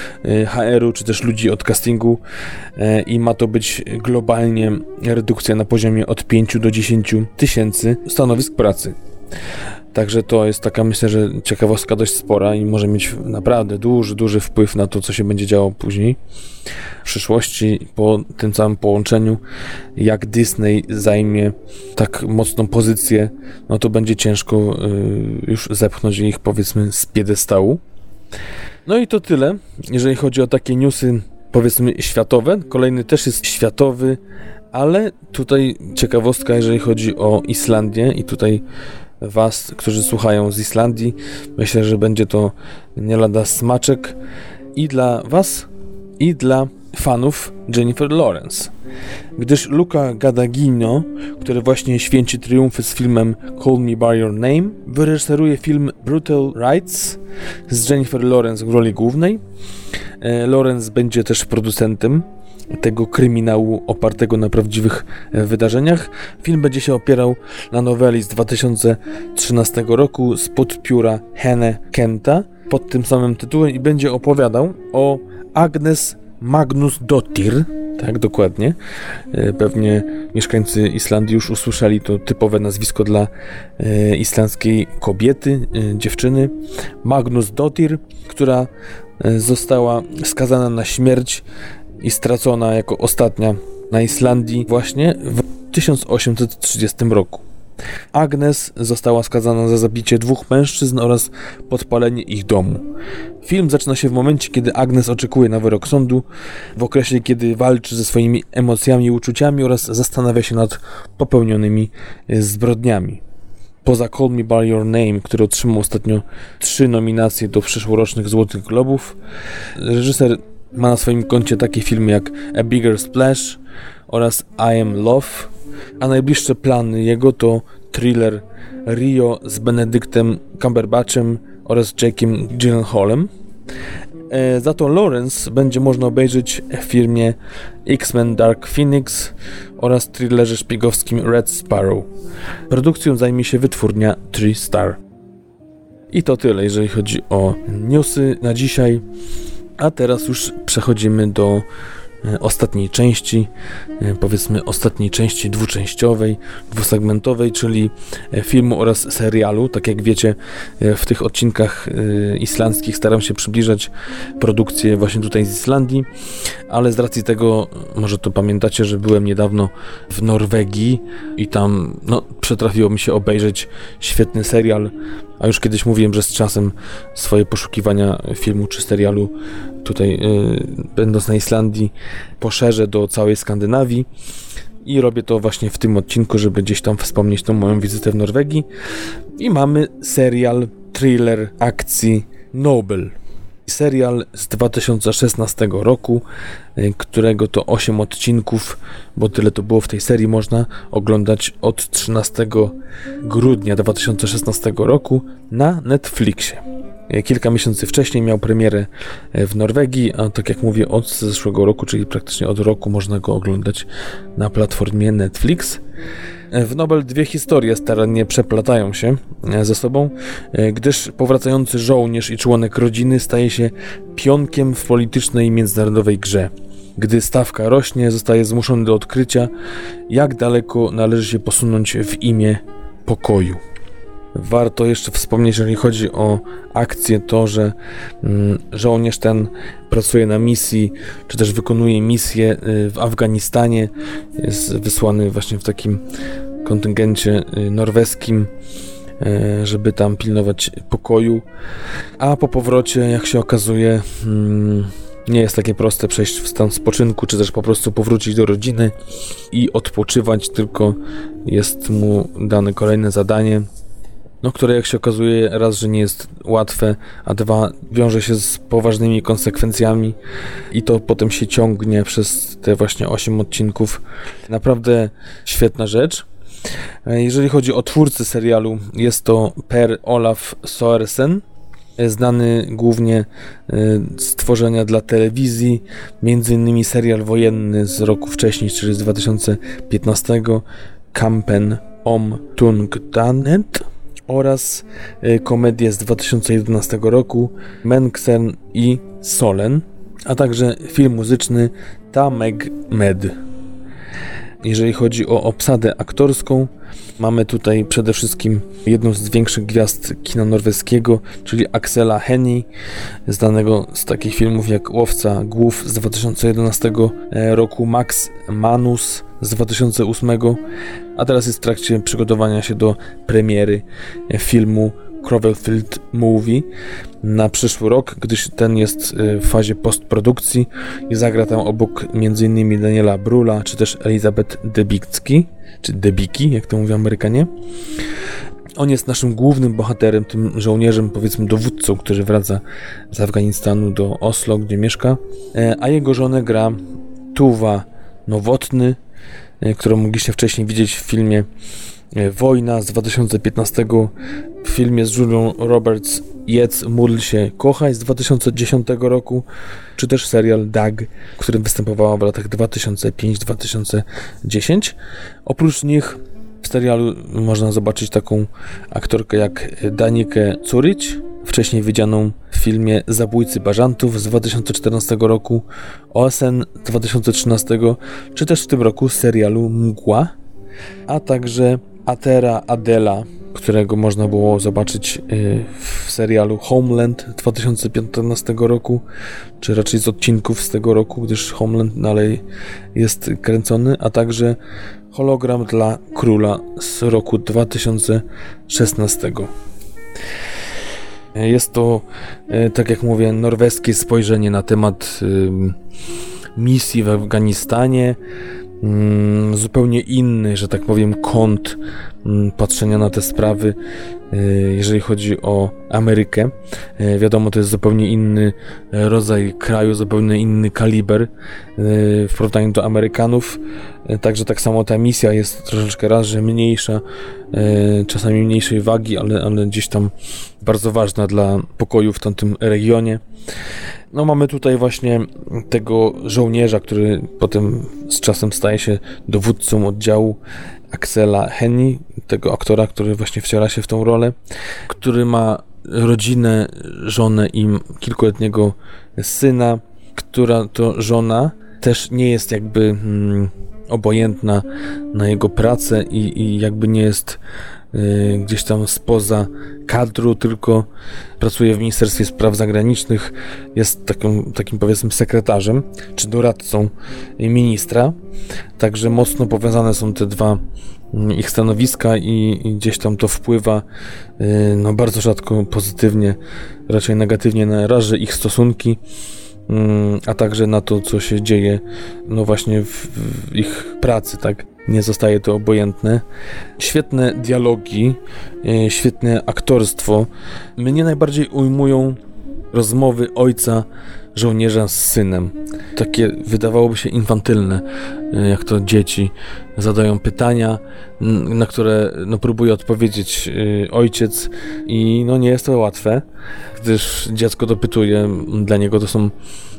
HR-u, czy też ludzi od castingu, i ma to być globalnie redukcja na poziomie od 5 do 10 tysięcy stanowisk pracy. Także to jest taka, myślę, że ciekawostka dość spora i może mieć naprawdę duży wpływ na to, co się będzie działo później w przyszłości po tym całym połączeniu. Jak Disney zajmie tak mocną pozycję, to będzie ciężko już zepchnąć ich, powiedzmy, z piedestału. I to tyle, jeżeli chodzi o takie newsy, powiedzmy, światowe. Kolejny też jest światowy, ale tutaj ciekawostka, jeżeli chodzi o Islandię, i tutaj was, którzy słuchają z Islandii, myślę, że będzie to nie lada smaczek i dla was, i dla fanów Jennifer Lawrence, gdyż Luca Guadagnino, który właśnie święci triumfy z filmem Call Me By Your Name, wyreżyseruje film Brutal Rights z Jennifer Lawrence w roli głównej. Lawrence będzie też producentem tego kryminału opartego na prawdziwych wydarzeniach. Film będzie się opierał na noweli z 2013 roku spod pióra Hannah Kenta pod tym samym tytułem i będzie opowiadał o Agnes Magnusdóttir, tak dokładnie. Pewnie mieszkańcy Islandii już usłyszeli to typowe nazwisko dla islandzkiej kobiety, dziewczyny. Magnusdóttir, która została skazana na śmierć i stracona jako ostatnia na Islandii właśnie w 1830 roku. Agnes została skazana za zabicie 2 mężczyzn oraz podpalenie ich domu. Film zaczyna się w momencie, kiedy Agnes oczekuje na wyrok sądu, w okresie, kiedy walczy ze swoimi emocjami i uczuciami oraz zastanawia się nad popełnionymi zbrodniami. Poza Call Me By Your Name, który otrzymał ostatnio 3 nominacje do przyszłorocznych Złotych Globów, reżyser ma na swoim koncie takie filmy jak A Bigger Splash oraz I Am Love, a najbliższe plany jego to thriller Rio z Benedictem Cumberbatchem oraz Jake'em Gyllenhaalem. Za to Lawrence będzie można obejrzeć w filmie X-Men Dark Phoenix oraz thrillerze szpiegowskim Red Sparrow. Produkcją zajmie się wytwórnia 3Star. I to tyle, jeżeli chodzi o newsy na dzisiaj. A teraz już przechodzimy do ostatniej części, powiedzmy ostatniej części dwuczęściowej, dwusegmentowej, czyli filmu oraz serialu. Tak jak wiecie, w tych odcinkach islandzkich staram się przybliżać produkcję właśnie tutaj z Islandii, ale z racji tego, może to pamiętacie, że byłem niedawno w Norwegii i tam przytrafiło mi się obejrzeć świetny serial, a już kiedyś mówiłem, że z czasem swoje poszukiwania filmu czy serialu tutaj będąc na Islandii poszerzę do całej Skandynawii i robię to właśnie w tym odcinku, żeby gdzieś tam wspomnieć tą moją wizytę w Norwegii. I mamy serial, thriller akcji Noble. Serial z 2016 roku, którego to 8 odcinków, bo tyle to było w tej serii, można oglądać od 13 grudnia 2016 roku na Netflixie. Kilka miesięcy wcześniej miał premierę w Norwegii, a tak jak mówię, od zeszłego roku, czyli praktycznie od roku, można go oglądać na platformie Netflix. W Noble 2 historie starannie przeplatają się ze sobą, gdyż powracający żołnierz i członek rodziny staje się pionkiem w politycznej i międzynarodowej grze. Gdy stawka rośnie, zostaje zmuszony do odkrycia, jak daleko należy się posunąć w imię pokoju. Warto jeszcze wspomnieć, jeżeli chodzi o akcję, to, że żołnierz ten pracuje na misji, czy też wykonuje misję w Afganistanie. Jest wysłany właśnie w takim kontyngencie norweskim, żeby tam pilnować pokoju. A po powrocie, jak się okazuje, nie jest takie proste przejść w stan spoczynku, czy też po prostu powrócić do rodziny i odpoczywać, tylko jest mu dane kolejne zadanie, które jak się okazuje raz, że nie jest łatwe, a dwa, wiąże się z poważnymi konsekwencjami i to potem się ciągnie przez te właśnie 8 odcinków. Naprawdę świetna rzecz. Jeżeli chodzi o twórcę serialu, jest to Per Olaf Sørensen, znany głównie z tworzenia dla telewizji, m.in. serial wojenny z roku wcześniej, czyli z 2015, Kampen om Tungdanet, oraz komedię z 2011 roku Menkern i Solen, a także film muzyczny Ta Meg Med. Jeżeli chodzi o obsadę aktorską, mamy tutaj przede wszystkim jedną z większych gwiazd kina norweskiego, czyli Aksela Hennie, znanego z takich filmów jak Łowca Głów z 2011 roku, Max Manus z 2008, a teraz jest w trakcie przygotowania się do premiery filmu Cloverfield Movie na przyszły rok, gdyż ten jest w fazie postprodukcji i zagra tam obok m.in. Daniela Brühla, czy też Elizabeth Debicki, czy Debicki, jak to mówią Amerykanie. On jest naszym głównym bohaterem, tym żołnierzem, powiedzmy dowódcą, który wraca z Afganistanu do Oslo, gdzie mieszka, a jego żonę gra Tuva Nowotny, którą mogliście wcześniej widzieć w filmie Wojna z 2015, w filmie z Julią Roberts Jedz, módl się, kochaj z 2010 roku, czy też serial Dag, w którym występowała w latach 2005-2010. Oprócz nich w serialu można zobaczyć taką aktorkę jak Danikę Curic, wcześniej widzianą w filmie Zabójcy Bażantów z 2014 roku, OSN 2013, czy też w tym roku serialu Mgła, a także Atera Adela, którego można było zobaczyć w serialu Homeland 2015 roku, czy raczej z odcinków z tego roku, gdyż Homeland dalej jest kręcony, a także Hologram dla Króla z roku 2016. Jest to, tak jak mówię, norweskie spojrzenie na temat misji w Afganistanie, zupełnie inny, że tak powiem, kąt patrzenia na te sprawy, jeżeli chodzi o Amerykę. Wiadomo, to jest zupełnie inny rodzaj kraju, zupełnie inny kaliber w porównaniu do Amerykanów. Także tak samo ta misja jest troszeczkę raz, że mniejsza, czasami mniejszej wagi, ale gdzieś tam bardzo ważna dla pokoju w tamtym regionie. No mamy tutaj właśnie tego żołnierza, który potem z czasem staje się dowódcą oddziału, Axela Hennie, tego aktora, który właśnie wciela się w tą rolę, który ma rodzinę, żonę i kilkuletniego syna, która to żona też nie jest jakby obojętna na jego pracę i jakby nie jest gdzieś tam spoza kadru, tylko pracuje w Ministerstwie Spraw Zagranicznych, jest takim powiedzmy sekretarzem czy doradcą ministra, także mocno powiązane są te dwa ich stanowiska i gdzieś tam to wpływa no bardzo rzadko pozytywnie, raczej negatywnie na razie ich stosunki, a także na to, co się dzieje no właśnie w ich pracy, tak? Nie zostaje to obojętne. Świetne dialogi, świetne aktorstwo. Mnie najbardziej ujmują rozmowy ojca żołnierza z synem. Takie wydawałoby się infantylne, jak to dzieci zadają pytania, na które no, próbuje odpowiedzieć ojciec i no nie jest to łatwe, gdyż dziecko dopytuje, dla niego to są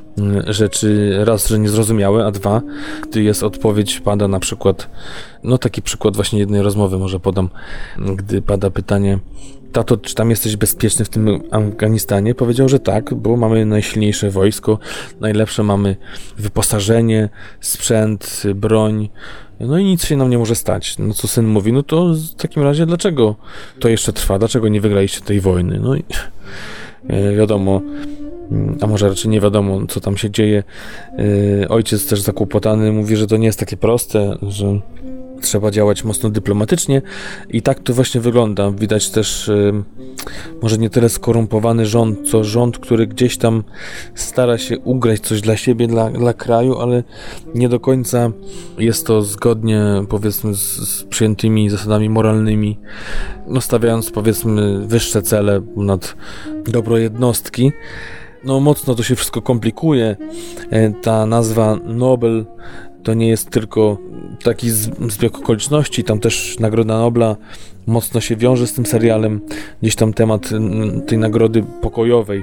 rzeczy raz, że niezrozumiałe, a dwa, gdy jest odpowiedź, pada na przykład, no taki przykład właśnie jednej rozmowy może podam, gdy pada pytanie: tato, czy tam jesteś bezpieczny w tym Afganistanie? Powiedział, że tak, bo mamy najsilniejsze wojsko, najlepsze mamy wyposażenie, sprzęt, broń, no i nic się nam nie może stać. No co syn mówi, no to w takim razie dlaczego to jeszcze trwa? Dlaczego nie wygraliście tej wojny? No i wiadomo, a może raczej nie wiadomo, co tam się dzieje. Ojciec też zakłopotany mówi, że to nie jest takie proste, że trzeba działać mocno dyplomatycznie i tak to właśnie wygląda. Widać też może nie tyle skorumpowany rząd, co rząd, który gdzieś tam stara się ugrać coś dla siebie, dla kraju, ale nie do końca jest to zgodnie, powiedzmy, z przyjętymi zasadami moralnymi, no stawiając, powiedzmy, wyższe cele nad dobro jednostki. No mocno to się wszystko komplikuje. Ta nazwa Nobel to nie jest tylko taki zbieg okoliczności, tam też Nagroda Nobla mocno się wiąże z tym serialem. Gdzieś tam temat tej nagrody pokojowej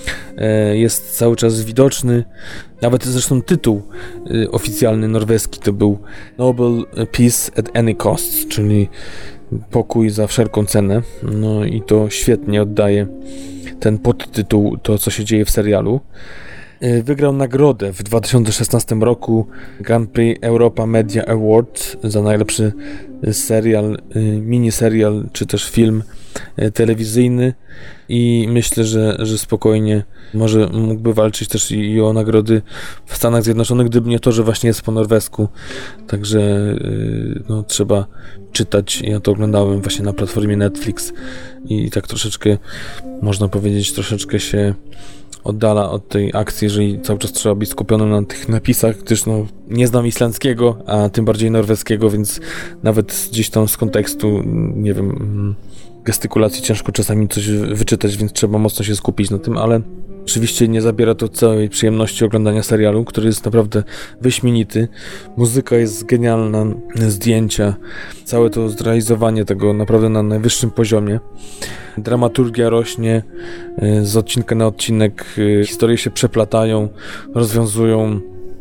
jest cały czas widoczny. Nawet zresztą tytuł oficjalny norweski to był Nobel Peace at Any Cost, czyli pokój za wszelką cenę. No i to świetnie oddaje ten podtytuł, to co się dzieje w serialu. Wygrał nagrodę w 2016 roku Grand Prix Europa Media Award za najlepszy serial, miniserial czy też film telewizyjny i myślę, że spokojnie może mógłby walczyć też i o nagrody w Stanach Zjednoczonych, gdyby nie to, że właśnie jest po norwesku. Także no, trzeba czytać. Ja to oglądałem właśnie na platformie Netflix i tak troszeczkę, można powiedzieć, troszeczkę się oddala od tej akcji, jeżeli cały czas trzeba być skupionym na tych napisach, gdyż no, nie znam islandzkiego, a tym bardziej norweskiego, więc nawet gdzieś tam z kontekstu, nie wiem, gestykulacji ciężko czasami coś wyczytać, więc trzeba mocno się skupić na tym, ale oczywiście nie zabiera to całej przyjemności oglądania serialu, który jest naprawdę wyśmienity. Muzyka jest genialna, zdjęcia, całe to zrealizowanie tego naprawdę na najwyższym poziomie. Dramaturgia rośnie z odcinka na odcinek, historie się przeplatają, rozwiązują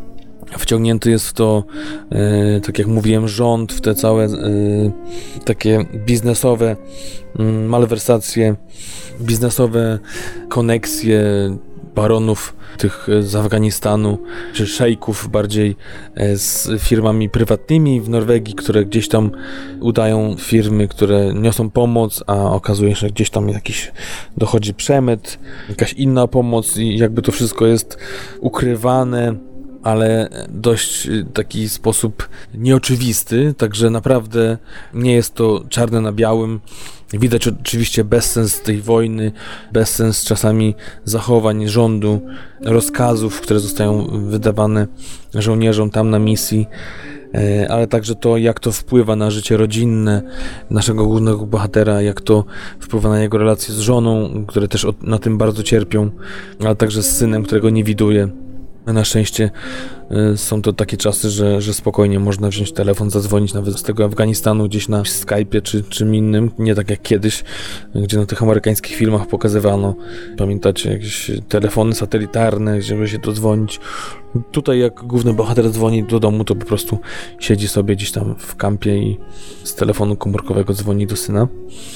Wciągnięty jest w to, tak jak mówiłem, rząd, w te całe takie biznesowe malwersacje, biznesowe koneksje baronów tych z Afganistanu, czy szejków bardziej z firmami prywatnymi w Norwegii, które gdzieś tam udają firmy, które niosą pomoc, a okazuje się, że gdzieś tam jakiś dochodzi przemyt, jakaś inna pomoc i jakby to wszystko jest ukrywane, ale dość taki sposób nieoczywisty, także naprawdę nie jest to czarne na białym. Widać oczywiście bezsens tej wojny, bezsens czasami zachowań rządu, rozkazów, które zostają wydawane żołnierzom tam na misji, ale także to, jak to wpływa na życie rodzinne naszego głównego bohatera, jak to wpływa na jego relacje z żoną, które też na tym bardzo cierpią, ale także z synem, którego nie widuje. Na szczęście są to takie czasy, że spokojnie można wziąć telefon, zadzwonić nawet z tego Afganistanu gdzieś na Skype'ie czy czym innym, nie tak jak kiedyś, gdzie na tych amerykańskich filmach pokazywano, pamiętacie, jakieś telefony satelitarne, żeby się dodzwonić. Tutaj jak główny bohater dzwoni do domu, to po prostu siedzi sobie gdzieś tam w kampie i z telefonu komórkowego dzwoni do syna.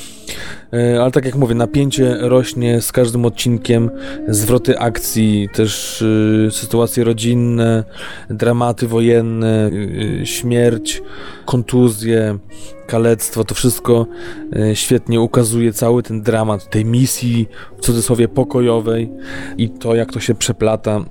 Ale tak jak mówię, napięcie rośnie z każdym odcinkiem, zwroty akcji, też sytuacje rodzinne, dramaty wojenne, śmierć, kontuzje, kalectwo, to wszystko świetnie ukazuje cały ten dramat tej misji, w cudzysłowie pokojowej i to, jak to się przeplata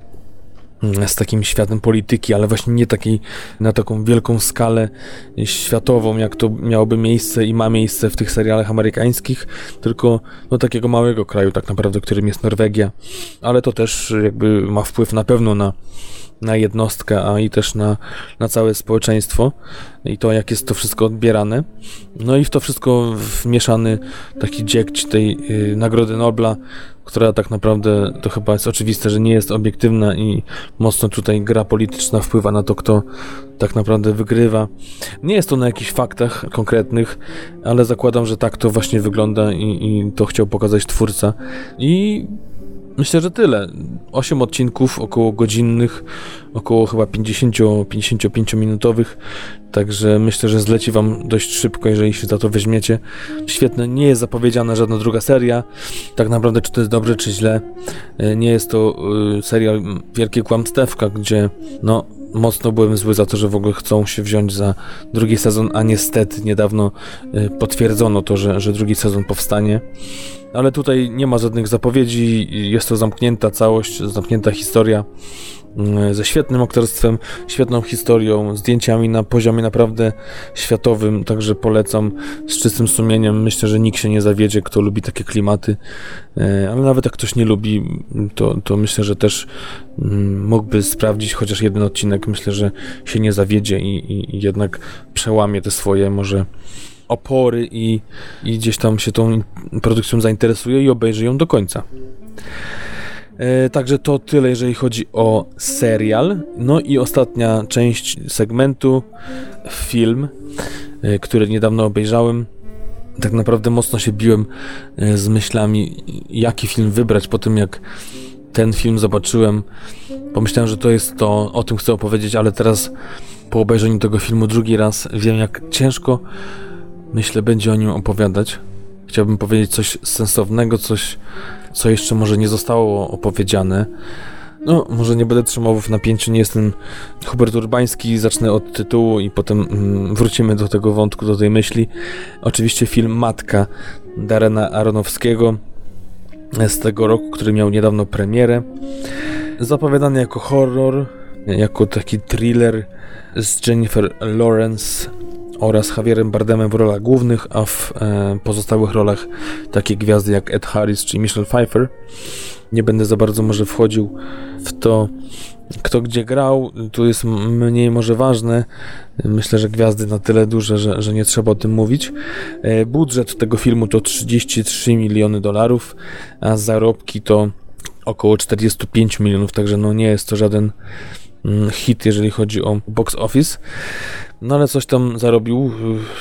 z takim światem polityki, ale właśnie nie takiej, na taką wielką skalę światową, jak to miałoby miejsce i ma miejsce w tych serialach amerykańskich, tylko do takiego małego kraju tak naprawdę, którym jest Norwegia, ale to też jakby ma wpływ na pewno na jednostkę, a i też na całe społeczeństwo i to, jak jest to wszystko odbierane. No i w to wszystko wmieszany taki dziegć tej Nagrody Nobla, która tak naprawdę, to chyba jest oczywiste, że nie jest obiektywna i mocno tutaj gra polityczna wpływa na to, kto tak naprawdę wygrywa. Nie jest to na jakichś faktach konkretnych, ale zakładam, że tak to właśnie wygląda i to chciał pokazać twórca. I myślę, że tyle. 8 odcinków, około godzinnych, około chyba 50-55 minutowych, także myślę, że zleci wam dość szybko, jeżeli się za to weźmiecie. Świetne, nie jest zapowiedziana żadna druga seria, tak naprawdę czy to jest dobrze, czy źle. Nie jest to serial Wielkie Kłamstewka, gdzie no mocno byłem zły za to, że w ogóle chcą się wziąć za drugi sezon, a niestety niedawno potwierdzono to, że drugi sezon powstanie. Ale tutaj nie ma żadnych zapowiedzi, jest to zamknięta całość, zamknięta historia ze świetnym aktorstwem, świetną historią, zdjęciami na poziomie naprawdę światowym, także polecam z czystym sumieniem. Myślę, że nikt się nie zawiedzie, kto lubi takie klimaty, ale nawet jak ktoś nie lubi, to myślę, że też mógłby sprawdzić chociaż jeden odcinek. Myślę, że się nie zawiedzie i jednak przełamie te swoje może opory i gdzieś tam się tą produkcją zainteresuje i obejrzy ją do końca. Także to tyle, jeżeli chodzi o serial. No i ostatnia część segmentu, film, który niedawno obejrzałem. Tak naprawdę mocno się biłem z myślami, jaki film wybrać po tym, jak ten film zobaczyłem. Pomyślałem, że to jest to, o tym chcę opowiedzieć, ale teraz po obejrzeniu tego filmu drugi raz wiem, jak ciężko, myślę, będzie o nim opowiadać. Chciałbym powiedzieć coś sensownego, coś, co jeszcze może nie zostało opowiedziane. No, może nie będę trzymał w napięciu, nie jestem Hubert Urbański, zacznę od tytułu i potem wrócimy do tego wątku, do tej myśli. Oczywiście film Matka Darrena Aronofskiego z tego roku, który miał niedawno premierę. Zapowiadany jako horror, jako taki thriller z Jennifer Lawrence oraz Javierem Bardemem w rolach głównych, a w pozostałych rolach takie gwiazdy jak Ed Harris czy Michelle Pfeiffer. Nie będę za bardzo może wchodził w to, kto gdzie grał, tu jest mniej może ważne. Myślę, że gwiazdy na tyle duże, że nie trzeba o tym mówić. Budżet tego filmu to $33 miliony, a zarobki to około 45 milionów, także no nie jest to żaden hit, jeżeli chodzi o box office. No ale coś tam zarobił.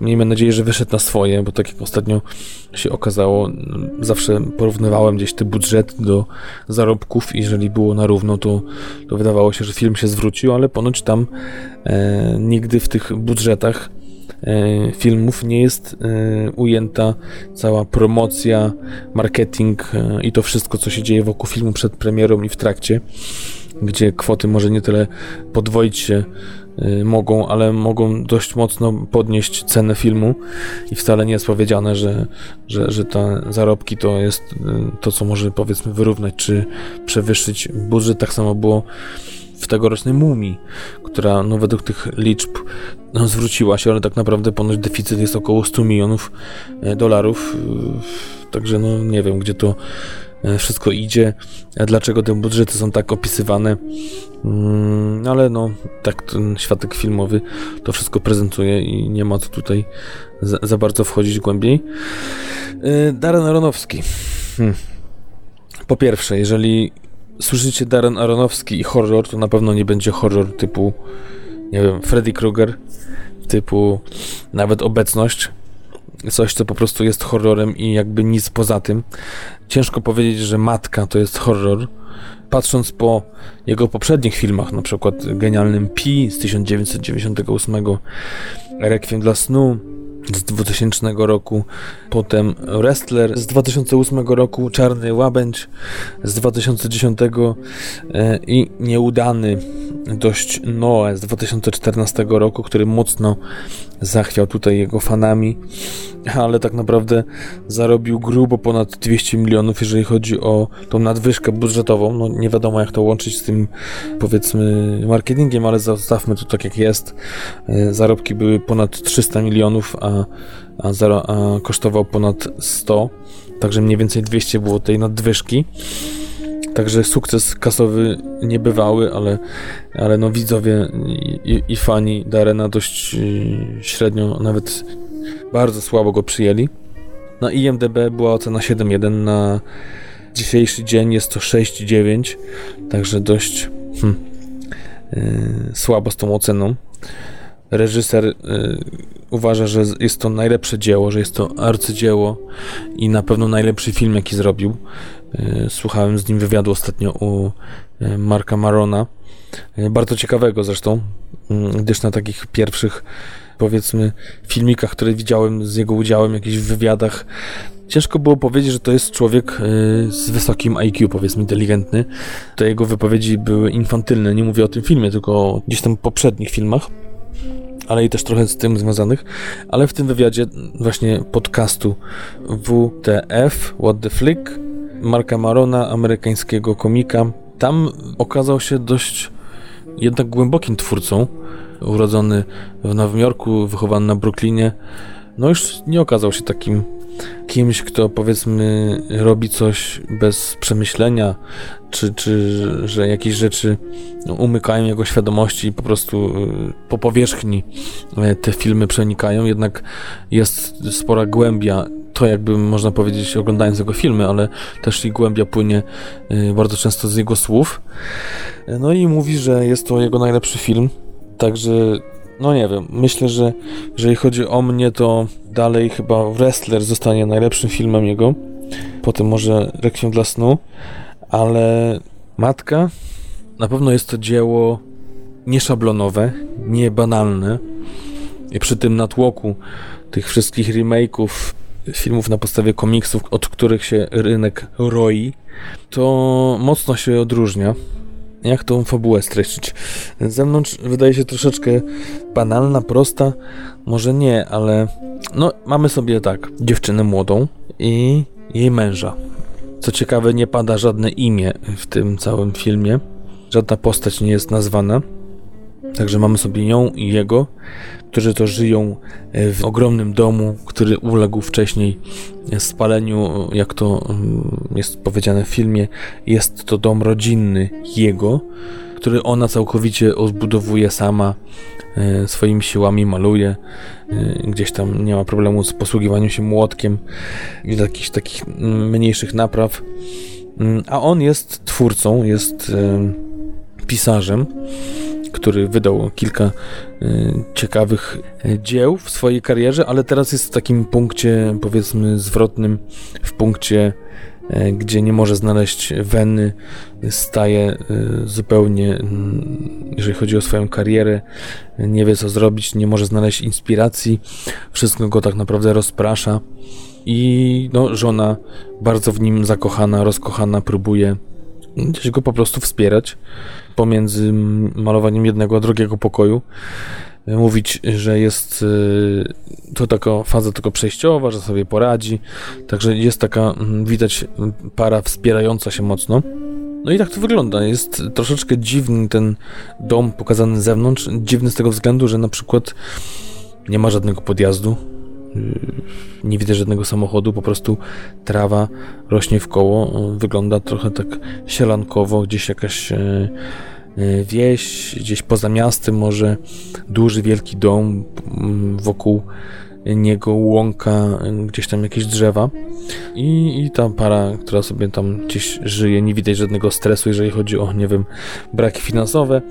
miejmy nadzieję, że wyszedł na swoje, bo tak jak ostatnio się okazało, zawsze porównywałem gdzieś te budżety do zarobków i jeżeli było na równo, to wydawało się, że film się zwrócił, ale ponoć tam nigdy w tych budżetach filmów nie jest ujęta cała promocja, marketing i to wszystko, co się dzieje wokół filmu przed premierą i w trakcie, gdzie kwoty może nie tyle podwoić się mogą, ale mogą dość mocno podnieść cenę filmu i wcale nie jest powiedziane, że te zarobki to jest to, co może powiedzmy wyrównać czy przewyższyć budżet. Tak samo było w tegorocznej Mumii, która według tych liczb zwróciła się, ale tak naprawdę ponoć deficyt jest około $100 milionów. Także nie wiem, gdzie to wszystko idzie, dlaczego te budżety są tak opisywane, ale tak ten światek filmowy to wszystko prezentuje i nie ma co tutaj za bardzo wchodzić głębiej. Darren Aronofsky. Po pierwsze, jeżeli słyszycie Darren Aronofsky i horror, to na pewno nie będzie horror typu, nie wiem, Freddy Krueger, typu nawet Obecność. Coś, co po prostu jest horrorem i jakby nic poza tym. Ciężko powiedzieć, że Matka to jest horror. Patrząc po jego poprzednich filmach, na przykład genialnym Pi z 1998, Requiem dla snu z 2000 roku, potem Wrestler z 2008 roku, Czarny Łabędź z 2010 i nieudany dość Noe z 2014 roku, który mocno zachwiał tutaj jego fanami, ale tak naprawdę zarobił grubo ponad 200 milionów, jeżeli chodzi o tą nadwyżkę budżetową. Nie wiadomo, jak to łączyć z tym, powiedzmy, marketingiem, ale zostawmy to tak, jak jest. Zarobki były ponad 300 milionów, a kosztował ponad 100, także mniej więcej 200 było tej nadwyżki. Także sukces kasowy niebywały, ale widzowie i fani Darrena dość średnio, nawet bardzo słabo go przyjęli. Na IMDb była ocena 7.1, na dzisiejszy dzień jest to 6.9, także dość słabo z tą oceną. Reżyser uważa, że jest to najlepsze dzieło, że jest to arcydzieło i na pewno najlepszy film, jaki zrobił. Słuchałem z nim wywiadu ostatnio u Marka Marona, bardzo ciekawego zresztą, gdyż na takich pierwszych, powiedzmy, filmikach, które widziałem z jego udziałem, jakichś wywiadach, ciężko było powiedzieć, że to jest człowiek z wysokim IQ, powiedzmy, inteligentny. Te jego wypowiedzi były infantylne, nie mówię o tym filmie, tylko o gdzieś tam poprzednich filmach, ale i też trochę z tym związanych, ale w tym wywiadzie właśnie podcastu WTF, What the Flick, Marka Marona, amerykańskiego komika, tam okazał się dość jednak głębokim twórcą, urodzony w Nowym Jorku, wychowany na Brooklynie, już nie okazał się takim kimś, kto, powiedzmy, robi coś bez przemyślenia, czy że jakieś rzeczy umykają jego świadomości i po prostu po powierzchni te filmy przenikają, jednak jest spora głębia, to jakby można powiedzieć, oglądając jego filmy, ale też i głębia płynie bardzo często z jego słów. I mówi, że jest to jego najlepszy film, także nie wiem, myślę, że jeżeli chodzi o mnie, to dalej chyba Wrestler zostanie najlepszym filmem jego, potem może Requiem dla snu, ale Matka na pewno jest to dzieło nieszablonowe, niebanalne i przy tym natłoku tych wszystkich remake'ów, filmów na podstawie komiksów, od których się rynek roi, to mocno się odróżnia. Jak tą fabułę streścić? Z zewnątrz wydaje się troszeczkę banalna, prosta, może nie, ale mamy sobie tak, dziewczynę młodą i jej męża. Co ciekawe, nie pada żadne imię w tym całym filmie, żadna postać nie jest nazwana, także mamy sobie ją i jego, którzy to żyją w ogromnym domu, który uległ wcześniej spaleniu, jak to jest powiedziane w filmie. Jest to dom rodzinny jego, który ona całkowicie odbudowuje sama, swoimi siłami maluje, gdzieś tam nie ma problemu z posługiwaniem się młotkiem i jakichś takich mniejszych napraw, a on jest twórcą, jest pisarzem, który wydał kilka ciekawych dzieł w swojej karierze, ale teraz jest w takim punkcie, powiedzmy, zwrotnym, w punkcie, gdzie nie może znaleźć weny, staje zupełnie, jeżeli chodzi o swoją karierę, nie wie co zrobić, nie może znaleźć inspiracji, wszystko go tak naprawdę rozprasza i żona, bardzo w nim zakochana, rozkochana, próbuje gdzieś go po prostu wspierać pomiędzy malowaniem jednego a drugiego pokoju. Mówić, że jest to taka faza tylko przejściowa, że sobie poradzi. Także jest taka, widać, para wspierająca się mocno. No i tak to wygląda. Jest troszeczkę dziwny ten dom pokazany z zewnątrz. Dziwny z tego względu, że na przykład nie ma żadnego podjazdu. Nie widać żadnego samochodu, po prostu trawa rośnie w koło. Wygląda trochę tak sielankowo, gdzieś jakaś wieś, gdzieś poza miastem, może duży, wielki dom, wokół niego łąka, gdzieś tam jakieś drzewa i ta para, która sobie tam gdzieś żyje, nie widać żadnego stresu, jeżeli chodzi o, nie wiem, braki finansowe,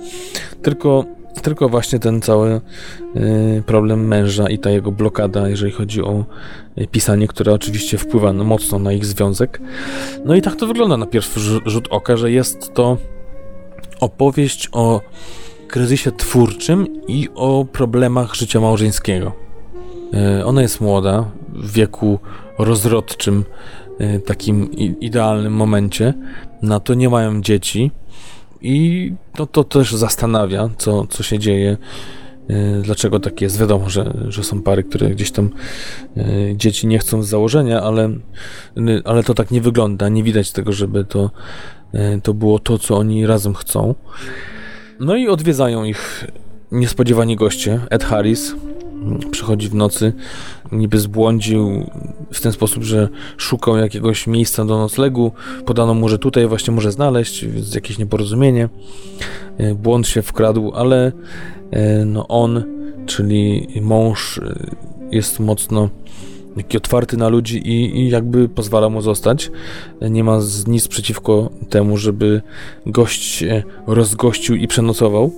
tylko właśnie ten cały problem męża i ta jego blokada, jeżeli chodzi o pisanie, które oczywiście wpływa mocno na ich związek. No i tak to wygląda na pierwszy rzut oka, że jest to opowieść o kryzysie twórczym i o problemach życia małżeńskiego. Ona jest młoda, w wieku rozrodczym, takim idealnym momencie, na to nie mają dzieci i to też zastanawia, co się dzieje, dlaczego tak jest. Wiadomo, że są pary, które gdzieś tam dzieci nie chcą z założenia, ale to tak nie wygląda, nie widać tego, żeby to było to, co oni razem chcą. No i odwiedzają ich niespodziewani goście. Ed Harris przychodzi w nocy, niby zbłądził w ten sposób, że szukał jakiegoś miejsca do noclegu, podano mu, że tutaj właśnie może znaleźć, więc jakieś nieporozumienie, błąd się wkradł, ale on, czyli mąż, jest mocno taki otwarty na ludzi i jakby pozwala mu zostać. Nie ma nic przeciwko temu, żeby gość się rozgościł i przenocował.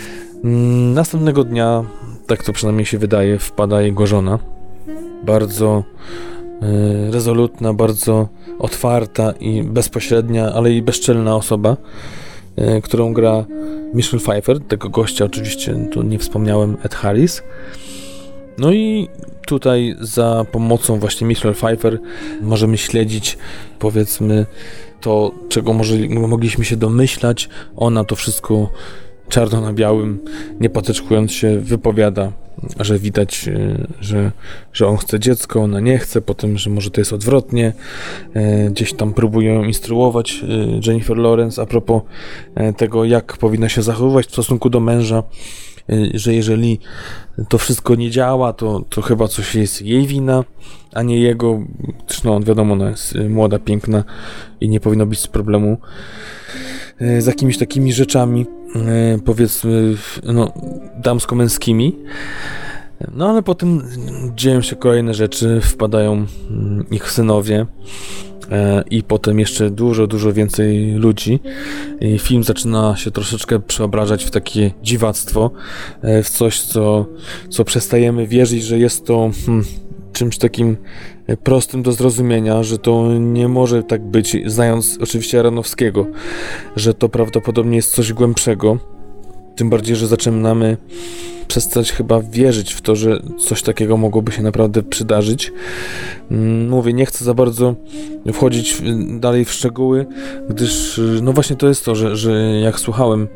Następnego dnia, tak to przynajmniej się wydaje, wpada jego żona. Bardzo rezolutna, bardzo otwarta i bezpośrednia, ale i bezczelna osoba, którą gra Michelle Pfeiffer. Tego gościa oczywiście tu nie wspomniałem, Ed Harris. No i tutaj za pomocą właśnie Michelle Pfeiffer możemy śledzić, powiedzmy, to, czego mogliśmy się domyślać. Ona to wszystko czarno na białym, nie patyczkując się, wypowiada, że widać, że on chce dziecko, ona nie chce, potem, że może to jest odwrotnie. Gdzieś tam próbują ją instruować Jennifer Lawrence a propos tego, jak powinna się zachowywać w stosunku do męża, że jeżeli to wszystko nie działa, to chyba coś jest jej wina, a nie jego. Zresztą wiadomo, ona jest młoda, piękna i nie powinno być problemu z jakimiś takimi rzeczami, powiedzmy, damsko-męskimi. No ale potem dzieją się kolejne rzeczy, wpadają ich synowie i potem jeszcze dużo więcej ludzi. I film zaczyna się troszeczkę przeobrażać w takie dziwactwo, w coś, co przestajemy wierzyć, że jest to czymś takim prostym do zrozumienia, że to nie może tak być, znając oczywiście Aronofskiego, że to prawdopodobnie jest coś głębszego. Tym bardziej, że zaczynamy przestać chyba wierzyć w to, że coś takiego mogłoby się naprawdę przydarzyć. Mówię, nie chcę za bardzo wchodzić dalej w szczegóły, gdyż no właśnie to jest to, że jak słuchałem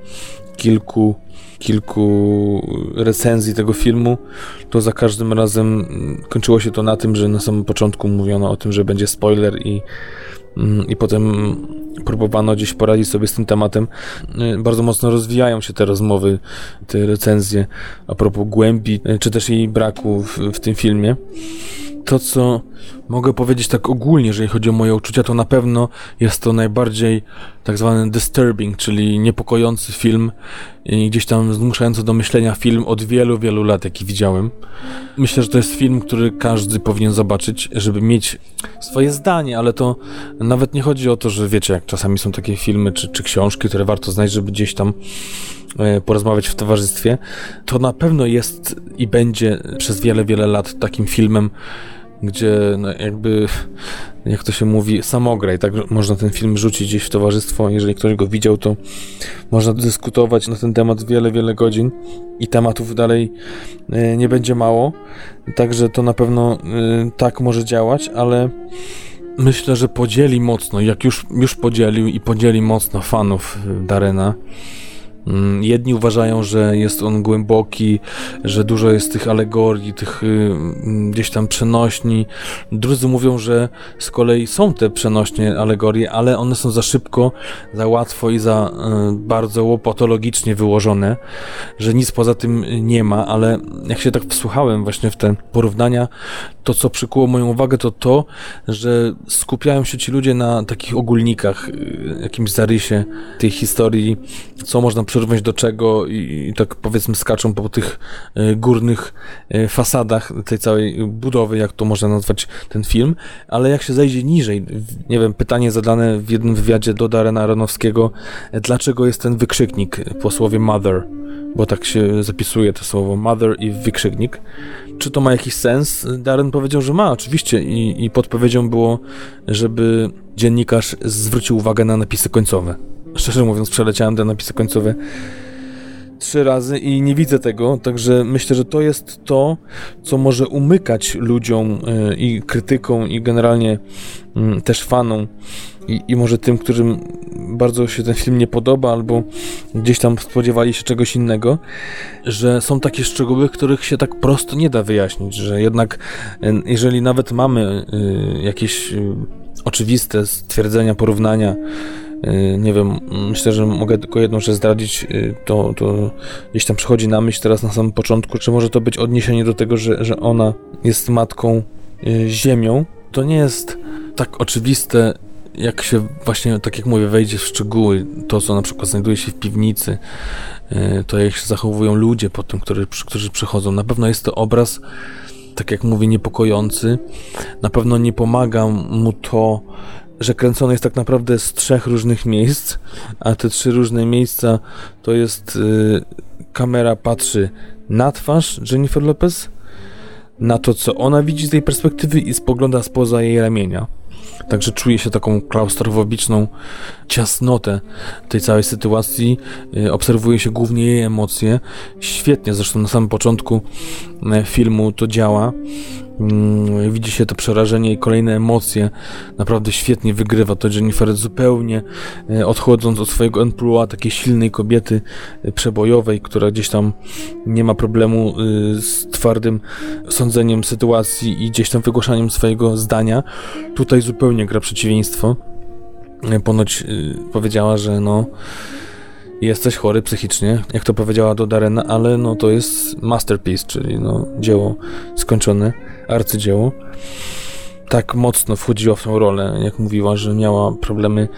kilku recenzji tego filmu, to za każdym razem kończyło się to na tym, że na samym początku mówiono o tym, że będzie spoiler i potem próbowano gdzieś poradzić sobie z tym tematem. Bardzo mocno rozwijają się te rozmowy, te recenzje a propos głębi, czy też jej braku w tym filmie. To, co mogę powiedzieć tak ogólnie, jeżeli chodzi o moje uczucia, to na pewno jest to najbardziej tak zwany disturbing, czyli niepokojący film i gdzieś tam zmuszający do myślenia film od wielu, wielu lat, jaki widziałem. Myślę, że to jest film, który każdy powinien zobaczyć, żeby mieć swoje zdanie, ale to nawet nie chodzi o to, że wiecie, jak czasami są takie filmy czy książki, które warto znać, żeby gdzieś tam porozmawiać w towarzystwie. To na pewno jest i będzie przez wiele, wiele lat takim filmem, gdzie no jakby, jak to się mówi, samograj, tak można ten film rzucić gdzieś w towarzystwo, jeżeli ktoś go widział, to można dyskutować na ten temat wiele, wiele godzin i tematów dalej nie będzie mało, także to na pewno tak może działać, ale myślę, że podzieli mocno, jak już podzielił i podzieli mocno fanów Darrena. Jedni uważają, że jest on głęboki, że dużo jest tych alegorii, tych gdzieś tam przenośni. Drudzy mówią, że z kolei są te przenośnie alegorie, ale one są za szybko, za łatwo i za bardzo łopatologicznie wyłożone, że nic poza tym nie ma, ale jak się tak wsłuchałem właśnie w te porównania, to co przykuło moją uwagę to, że skupiają się ci ludzie na takich ogólnikach, jakimś zarysie tej historii, co można przyrównać do czego i tak powiedzmy skaczą po tych górnych fasadach tej całej budowy, jak to można nazwać ten film, ale jak się zejdzie niżej, nie wiem, pytanie zadane w jednym wywiadzie do Darrena Aronofskiego, dlaczego jest ten wykrzyknik po słowie mother, bo tak się zapisuje to słowo mother i wykrzyknik. Czy to ma jakiś sens? Darren powiedział, że ma, oczywiście i podpowiedzią było, żeby dziennikarz zwrócił uwagę na napisy końcowe. Szczerze mówiąc, przeleciałem te napisy końcowe 3 razy i nie widzę tego, także myślę, że to jest to, co może umykać ludziom i krytykom i generalnie też fanom i może tym, którym bardzo się ten film nie podoba albo gdzieś tam spodziewali się czegoś innego, że są takie szczegóły, których się tak prosto nie da wyjaśnić, że jednak jeżeli nawet mamy jakieś oczywiste stwierdzenia, porównania, nie wiem, myślę, że mogę tylko jedną rzecz zdradzić, to gdzieś tam przychodzi na myśl teraz na samym początku, że może to być odniesienie do tego, że ona jest matką ziemią. To nie jest tak oczywiste, jak się właśnie, tak jak mówię, wejdzie w szczegóły, to co na przykład znajduje się w piwnicy, to jak się zachowują ludzie po tym, którzy przychodzą. Na pewno jest to obraz, tak jak mówię, niepokojący. Na pewno nie pomaga mu to, że kręcony jest tak naprawdę z 3 różnych miejsc, a te 3 różne miejsca to jest kamera patrzy na twarz Jennifer Lopez, na to, co ona widzi z tej perspektywy i spogląda spoza jej ramienia. Także czuje się taką klaustrofobiczną ciasnotę tej całej sytuacji. Obserwuje się głównie jej emocje. Świetnie, zresztą na samym początku filmu to działa. Widzi się to przerażenie i kolejne emocje. Naprawdę świetnie wygrywa to Jennifer, zupełnie odchodząc od swojego emploi takiej silnej kobiety przebojowej, która gdzieś tam nie ma problemu z twardym sądzeniem sytuacji i gdzieś tam wygłaszaniem swojego zdania. Tutaj zupełnie gra przeciwieństwo. Ponoć powiedziała, że jesteś chory psychicznie, jak to powiedziała do Darrena, ale to jest masterpiece, czyli dzieło skończone, arcydzieło. Tak mocno wchodziła w tą rolę, jak mówiła, że miała problemy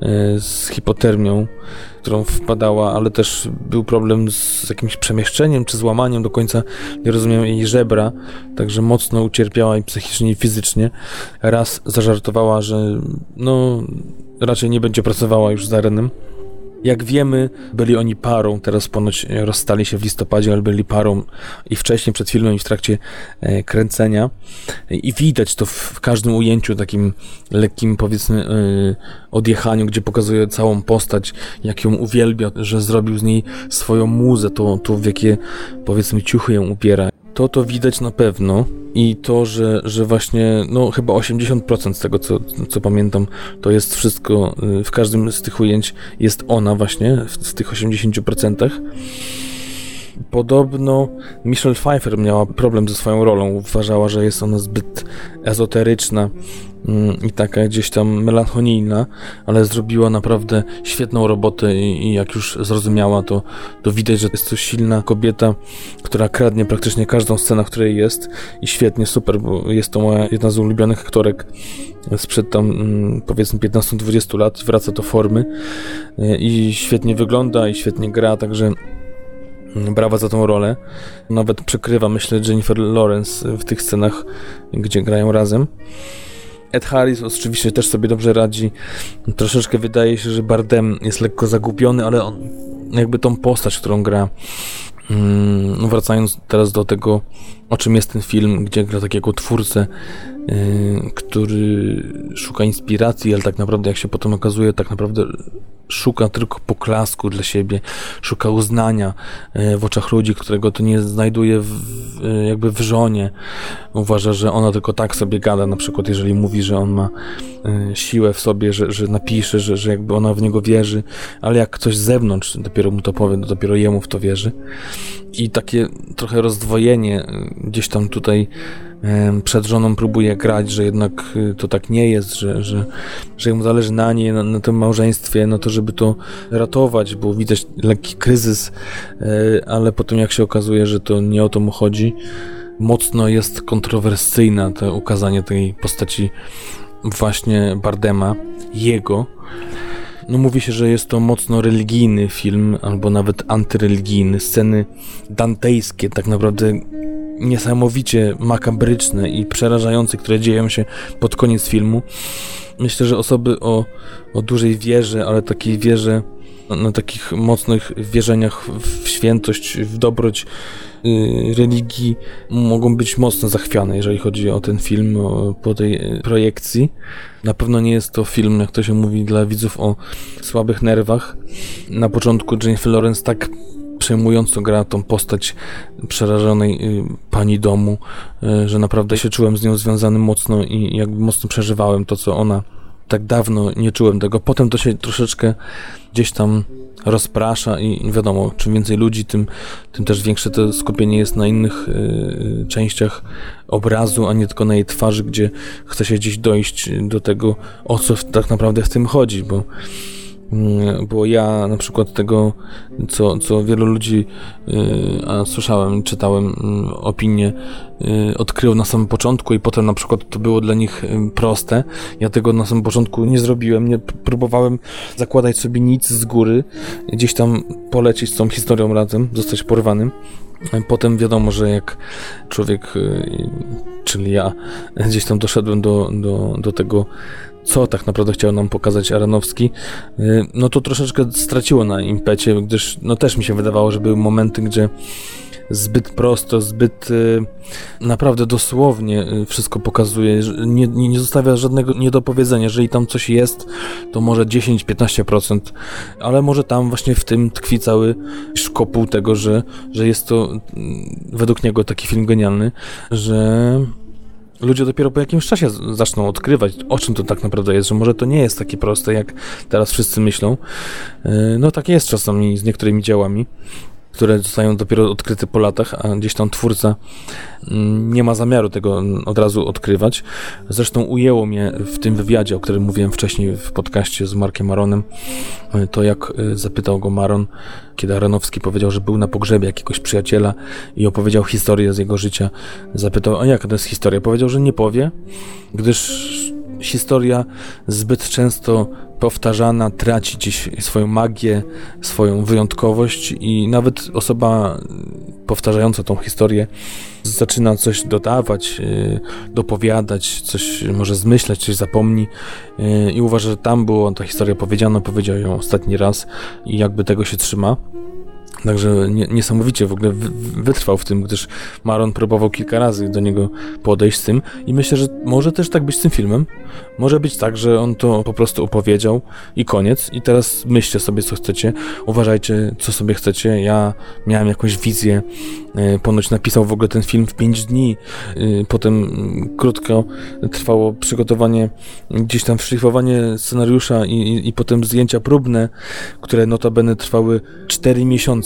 z hipotermią, którą wpadała, ale też był problem z jakimś przemieszczeniem czy złamaniem, do końca nie rozumiem jej żebra, także mocno ucierpiała i psychicznie i fizycznie. Raz zażartowała, że raczej nie będzie pracowała już z Darrenem. Jak wiemy, byli oni parą, teraz ponoć rozstali się w listopadzie, ale byli parą i wcześniej przed filmem i w trakcie kręcenia i widać to w każdym ujęciu, takim lekkim, powiedzmy, odjechaniu, gdzie pokazuje całą postać, jak ją uwielbia, że zrobił z niej swoją muzę, to w jakie, powiedzmy, ciuchy ją ubiera. To widać na pewno i to, że właśnie, chyba 80% z tego, co pamiętam, to jest wszystko, w każdym z tych ujęć jest ona właśnie, w tych 80%. Podobno Michelle Pfeiffer miała problem ze swoją rolą. Uważała, że jest ona zbyt ezoteryczna i taka gdzieś tam melancholijna, ale zrobiła naprawdę świetną robotę i jak już zrozumiała, to widać, że jest to silna kobieta, która kradnie praktycznie każdą scenę, w której jest i świetnie, super, bo jest to moja jedna z ulubionych aktorek sprzed tam powiedzmy 15-20 lat i wraca do formy i świetnie wygląda i świetnie gra, także brawa za tą rolę. Nawet przekrywa, myślę, Jennifer Lawrence w tych scenach, gdzie grają razem. Ed Harris oczywiście też sobie dobrze radzi. Troszeczkę wydaje się, że Bardem jest lekko zagubiony, ale on jakby tą postać, którą gra, wracając teraz do tego, o czym jest ten film, gdzie gra takiego twórcę, który szuka inspiracji, ale tak naprawdę, jak się potem okazuje, tak naprawdę szuka tylko poklasku dla siebie, szuka uznania w oczach ludzi, którego to nie znajduje jakby w żonie. Uważa, że ona tylko tak sobie gada, na przykład jeżeli mówi, że on ma siłę w sobie, że napisze, że jakby ona w niego wierzy, ale jak ktoś z zewnątrz dopiero mu to powie, dopiero jemu w to wierzy. I takie trochę rozdwojenie gdzieś tam tutaj przed żoną próbuje grać, że jednak to tak nie jest, że mu zależy na niej, na tym małżeństwie, na to, żeby to ratować, bo widać lekki kryzys, ale potem jak się okazuje, że to nie o to mu chodzi, mocno jest kontrowersyjne to ukazanie tej postaci właśnie Bardema, jego. No mówi się, że jest to mocno religijny film, albo nawet antyreligijny. Sceny dantejskie, tak naprawdę niesamowicie makabryczne i przerażające, które dzieją się pod koniec filmu. Myślę, że osoby o dużej wierze, ale takiej wierze, na takich mocnych wierzeniach w świętość, w dobroć religii mogą być mocno zachwiane, jeżeli chodzi o ten film, po tej projekcji. Na pewno nie jest to film, jak to się mówi, dla widzów o słabych nerwach. Na początku Jennifer Lawrence tak przejmująco gra tą postać przerażonej pani domu, że naprawdę się czułem z nią związany mocno i jakby mocno przeżywałem to, co ona. Tak dawno nie czułem tego. Potem to się troszeczkę gdzieś tam rozprasza i wiadomo, czym więcej ludzi, tym też większe to skupienie jest na innych częściach obrazu, a nie tylko na jej twarzy, gdzie chce się gdzieś dojść do tego, o co tak naprawdę w tym chodzi, bo ja na przykład tego, co wielu ludzi, a słyszałem, czytałem opinie, odkryło na samym początku i potem na przykład to było dla nich proste. Ja tego na samym początku nie zrobiłem, nie próbowałem zakładać sobie nic z góry, gdzieś tam polecieć z tą historią razem, zostać porwanym. Potem wiadomo, że jak człowiek, czyli ja, gdzieś tam doszedłem do tego, co tak naprawdę chciał nam pokazać Aronofsky, no to troszeczkę straciło na impecie, gdyż no też mi się wydawało, że były momenty, gdzie zbyt prosto, zbyt naprawdę dosłownie wszystko pokazuje, że nie zostawia żadnego niedopowiedzenia. Jeżeli tam coś jest, to może 10-15%, ale może tam właśnie w tym tkwi cały szkopuł tego, że jest to według niego taki film genialny, że ludzie dopiero po jakimś czasie zaczną odkrywać, o czym to tak naprawdę jest, że może to nie jest takie proste, jak teraz wszyscy myślą. No tak jest czasami z niektórymi dziełami, które zostają dopiero odkryte po latach, a gdzieś tam twórca nie ma zamiaru tego od razu odkrywać. Zresztą ujęło mnie w tym wywiadzie, o którym mówiłem wcześniej w podcaście z Markiem Maronem, to jak zapytał go Maron, kiedy Aronofsky powiedział, że był na pogrzebie jakiegoś przyjaciela i opowiedział historię z jego życia. Zapytał, a jaka to jest historia? Powiedział, że nie powie, gdyż historia zbyt często powtarzana traci gdzieś swoją magię, swoją wyjątkowość i nawet osoba powtarzająca tą historię zaczyna coś dodawać, dopowiadać, coś może zmyślać, coś zapomni i uważa, że tam była ta historia powiedziana, powiedział ją ostatni raz i jakby tego się trzyma. Także niesamowicie w ogóle wytrwał w tym, gdyż Maron próbował kilka razy do niego podejść z tym i myślę, że może też tak być z tym filmem. Może być tak, że on to po prostu opowiedział i koniec i teraz myślcie sobie, co chcecie, uważajcie, co sobie chcecie. Ja miałem jakąś wizję, ponoć napisał w ogóle ten film w 5 dni, potem krótko trwało przygotowanie, gdzieś tam szlifowanie scenariusza i potem zdjęcia próbne, które notabene trwały 4 miesiące.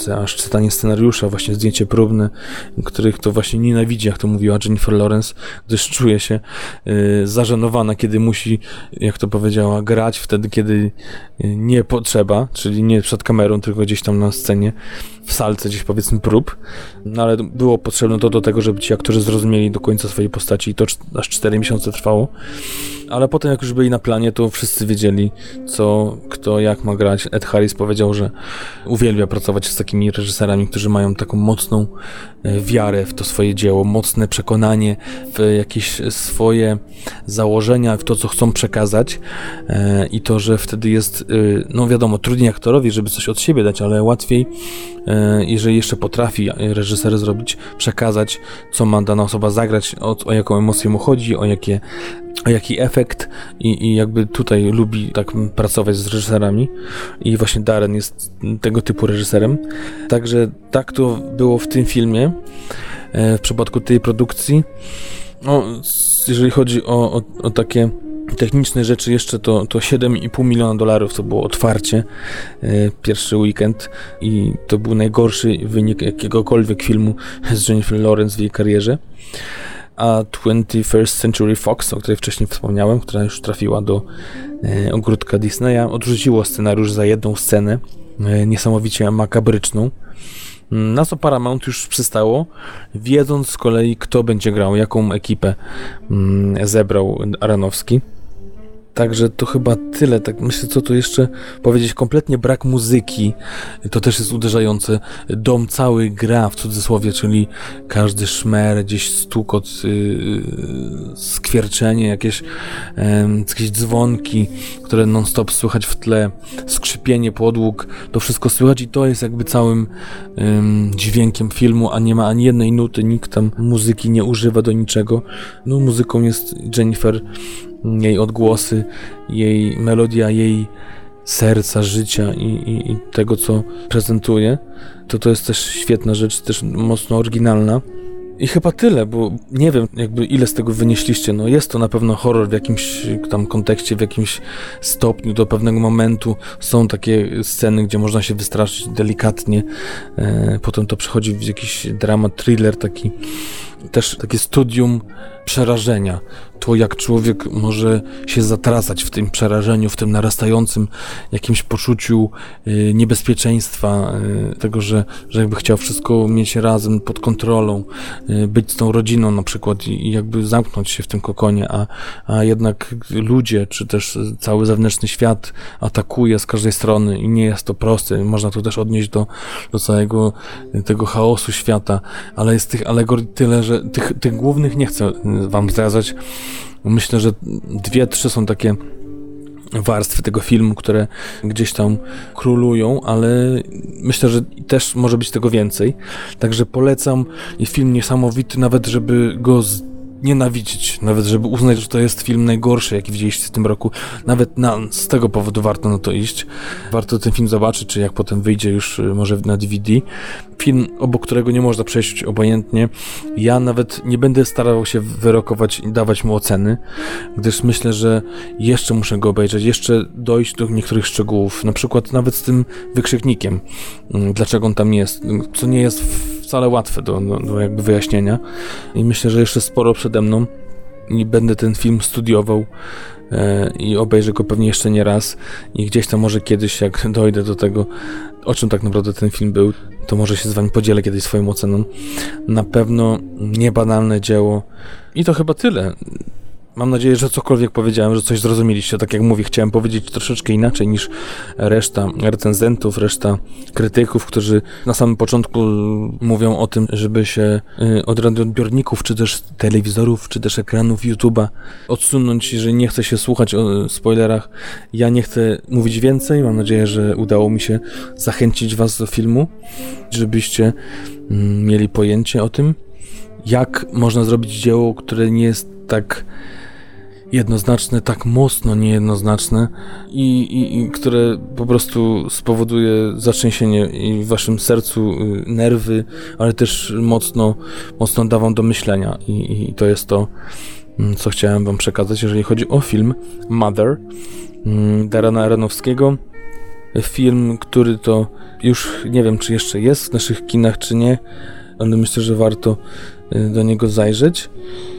wzruszające, aż czytanie scenariusza, właśnie zdjęcie próbne, których to właśnie nienawidzi, jak to mówiła Jennifer Lawrence, gdyż czuje się zażenowana, kiedy musi, jak to powiedziała, grać wtedy, kiedy nie potrzeba, czyli nie przed kamerą, tylko gdzieś tam na scenie, w salce gdzieś powiedzmy prób, no ale było potrzebne to do tego, żeby ci aktorzy zrozumieli do końca swojej postaci i to aż 4 miesiące trwało, ale potem jak już byli na planie, to wszyscy wiedzieli, co, kto, jak ma grać. Ed Harris powiedział, że uwielbia pracować z takimi reżyserami, którzy mają taką mocną wiarę w to swoje dzieło, mocne przekonanie w jakieś swoje założenia, w to, co chcą przekazać i to, że wtedy jest, no wiadomo, trudniej aktorowi, żeby coś od siebie dać, ale łatwiej, jeżeli jeszcze potrafi reżyser zrobić, przekazać, co ma dana osoba zagrać, o jaką emocję mu chodzi, o jaki efekt i jakby tutaj lubi tak pracować z reżyserami i właśnie Darren jest tego typu reżyserem. Także tak to było w tym filmie, w przypadku tej produkcji. No, jeżeli chodzi o takie techniczne rzeczy jeszcze, to $7,5 miliona to było otwarcie, pierwszy weekend i to był najgorszy wynik jakiegokolwiek filmu z Jennifer Lawrence w jej karierze. A 21st Century Fox, o której wcześniej wspomniałem, która już trafiła do ogródka Disneya, odrzuciło scenariusz za jedną scenę, niesamowicie makabryczną, na co Paramount już przystało, wiedząc z kolei, kto będzie grał, jaką ekipę zebrał Aronofsky. Także to chyba tyle. Tak myślę, co tu jeszcze powiedzieć. Kompletnie brak muzyki. To też jest uderzające. Dom cały gra w cudzysłowie, czyli każdy szmer, gdzieś stukot, skwierczenie, jakieś dzwonki, które non-stop słychać w tle, skrzypienie podłóg. To wszystko słychać i to jest jakby całym dźwiękiem filmu, a nie ma ani jednej nuty, nikt tam muzyki nie używa do niczego. No muzyką jest Jennifer, jej odgłosy, jej melodia, jej serca, życia i tego, co prezentuje, to jest też świetna rzecz, też mocno oryginalna. I chyba tyle, bo nie wiem jakby ile z tego wynieśliście, no jest to na pewno horror w jakimś tam kontekście, w jakimś stopniu, do pewnego momentu są takie sceny, gdzie można się wystraszyć delikatnie, potem to przechodzi w jakiś dramat, thriller, taki też takie studium przerażenia, to jak człowiek może się zatracać w tym przerażeniu, w tym narastającym jakimś poczuciu niebezpieczeństwa, tego, że jakby chciał wszystko mieć razem pod kontrolą, być z tą rodziną na przykład i jakby zamknąć się w tym kokonie, a jednak ludzie, czy też cały zewnętrzny świat atakuje z każdej strony i nie jest to proste. Można to też odnieść do całego tego chaosu świata, ale jest tych alegorii tyle, że tych głównych nie chcę wam zdradzać. Myślę, że 2-3 są takie warstwy tego filmu, które gdzieś tam królują, ale myślę, że też może być tego więcej. Także polecam. Jest film niesamowity, nawet żeby go nienawidzić, nawet żeby uznać, że to jest film najgorszy, jaki widzieliście w tym roku. Nawet z tego powodu warto na to iść. Warto ten film zobaczyć, czy jak potem wyjdzie już może na DVD. Film, obok którego nie można przejść obojętnie. Ja nawet nie będę starał się wyrokować i dawać mu oceny, gdyż myślę, że jeszcze muszę go obejrzeć, jeszcze dojść do niektórych szczegółów, na przykład nawet z tym wykrzyknikiem, dlaczego on tam jest, co nie jest wcale łatwe do jakby wyjaśnienia i myślę, że jeszcze sporo przede mną i będę ten film studiował i obejrzę go pewnie jeszcze nie raz i gdzieś tam może kiedyś, jak dojdę do tego, o czym tak naprawdę ten film był, to może się z wami podzielę kiedyś swoją oceną. Na pewno niebanalne dzieło i to chyba tyle. Mam nadzieję, że cokolwiek powiedziałem, że coś zrozumieliście. Tak jak mówię, chciałem powiedzieć troszeczkę inaczej niż reszta recenzentów, reszta krytyków, którzy na samym początku mówią o tym, żeby się od radioodbiorników, czy też telewizorów, czy też ekranów YouTube'a odsunąć, jeżeli nie chce się słuchać o spoilerach. Ja nie chcę mówić więcej. Mam nadzieję, że udało mi się zachęcić was do filmu, żebyście mieli pojęcie o tym, jak można zrobić dzieło, które nie jest tak jednoznaczne, tak mocno niejednoznaczne i które po prostu spowoduje zatrzęsienie i w waszym sercu nerwy, ale też mocno da wam do myślenia i to jest to, co chciałem wam przekazać, jeżeli chodzi o film Mother Darrena Aronofskiego. film, który to już nie wiem, czy jeszcze jest w naszych kinach, czy nie, ale myślę, że warto do niego zajrzeć.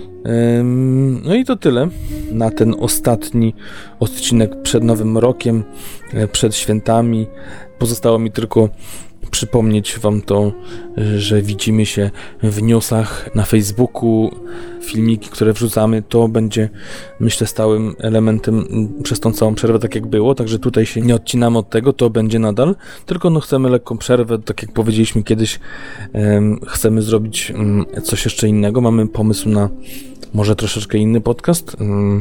No i to tyle na ten ostatni odcinek przed Nowym Rokiem, przed świętami. Pozostało mi tylko przypomnieć wam to, że widzimy się w newsach na Facebooku. Filmiki, które wrzucamy, to będzie, myślę, stałym elementem przez tą całą przerwę, tak jak było, także tutaj się nie odcinamy od tego, to będzie nadal, tylko chcemy lekką przerwę, tak jak powiedzieliśmy kiedyś, chcemy zrobić coś jeszcze innego, mamy pomysł na może troszeczkę inny podcast,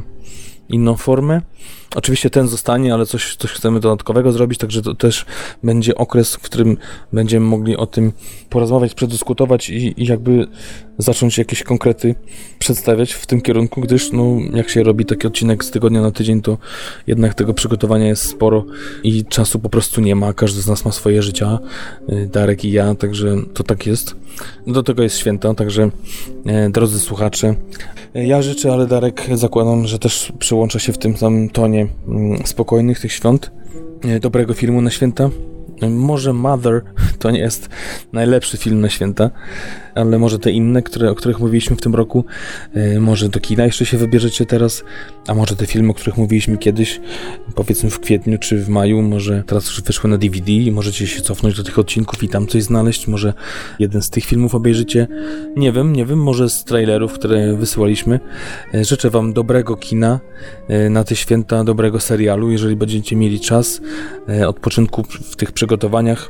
inną formę. Oczywiście ten zostanie, ale coś chcemy dodatkowego zrobić, także to też będzie okres, w którym będziemy mogli o tym porozmawiać, przedyskutować i jakby zacząć jakieś konkrety przedstawiać w tym kierunku, gdyż jak się robi taki odcinek z tygodnia na tydzień, to jednak tego przygotowania jest sporo i czasu po prostu nie ma. Każdy z nas ma swoje życia, Darek i ja, także to tak jest. Do tego jest święta, także drodzy słuchacze, ja życzę, ale Darek zakładam, że też przyłącza się w tym samym tonie spokojnych tych świąt, dobrego filmu na święta. Może Mother to nie jest najlepszy film na święta, ale może te inne, o których mówiliśmy w tym roku, może do kina jeszcze się wybierzecie teraz, a może te filmy, o których mówiliśmy kiedyś, powiedzmy w kwietniu czy w maju, może teraz już wyszły na DVD i możecie się cofnąć do tych odcinków i tam coś znaleźć, może jeden z tych filmów obejrzycie, nie wiem, może z trailerów, które wysyłaliśmy. Życzę wam dobrego kina na te święta, dobrego serialu, jeżeli będziecie mieli czas, odpoczynku w tych przygotowaniach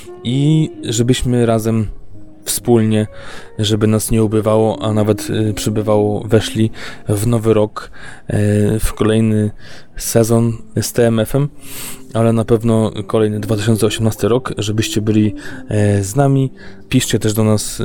i żebyśmy razem wspólnie, żeby nas nie ubywało, a nawet przybywało, weszli w nowy rok, w kolejny sezon z TMF-em, ale na pewno kolejny 2018 rok, żebyście byli z nami. Piszcie też do nas,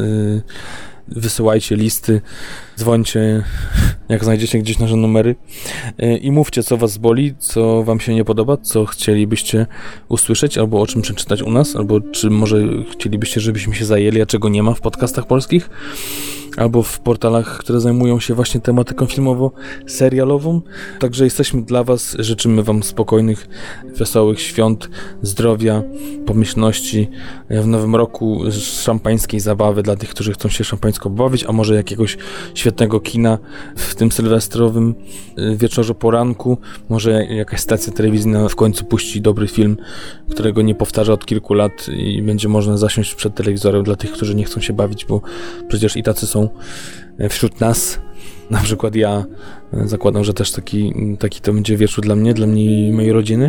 wysyłajcie listy, dzwońcie, jak znajdziecie gdzieś nasze numery i mówcie, co was boli, co wam się nie podoba, co chcielibyście usłyszeć, albo o czym przeczytać u nas, albo czy może chcielibyście, żebyśmy się zajęli, a czego nie ma w podcastach polskich, albo w portalach, które zajmują się właśnie tematyką filmowo-serialową. Także jesteśmy dla was, życzymy wam spokojnych, wesołych świąt, zdrowia, pomyślności w nowym roku, szampańskiej zabawy dla tych, którzy chcą się szampańsko bawić, a może jakiegoś świetnego kina w tym sylwestrowym wieczorze, poranku, może jakaś stacja telewizyjna w końcu puści dobry film, którego nie powtarza od kilku lat i będzie można zasiąść przed telewizorem dla tych, którzy nie chcą się bawić, bo przecież i tacy są wśród nas. Na przykład ja zakładam, że też taki to będzie wieczór dla mnie i mojej rodziny.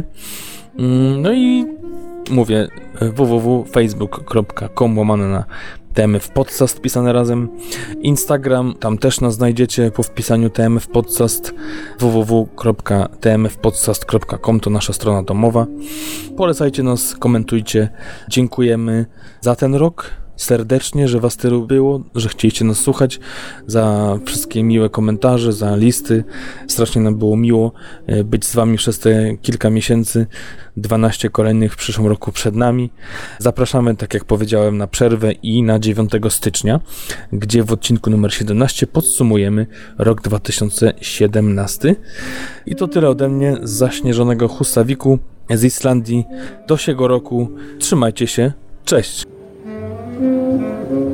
No i mówię www.facebook.com/TMF-podcast pisane razem. Instagram, tam też nas znajdziecie po wpisaniu TMF-podcast. www.tmfpodcast.com to nasza strona domowa. Polecajcie nas, komentujcie. Dziękujemy za ten rok serdecznie, że was tylu było, że chcieliście nas słuchać, za wszystkie miłe komentarze, za listy. Strasznie nam było miło być z wami przez te kilka miesięcy. 12 kolejnych w przyszłym roku przed nami. Zapraszamy, tak jak powiedziałem, na przerwę i na 9 stycznia, gdzie w odcinku numer 17 podsumujemy rok 2017. I to tyle ode mnie z zaśnieżonego Húsavíku z Islandii. Do siego roku. Trzymajcie się. Cześć!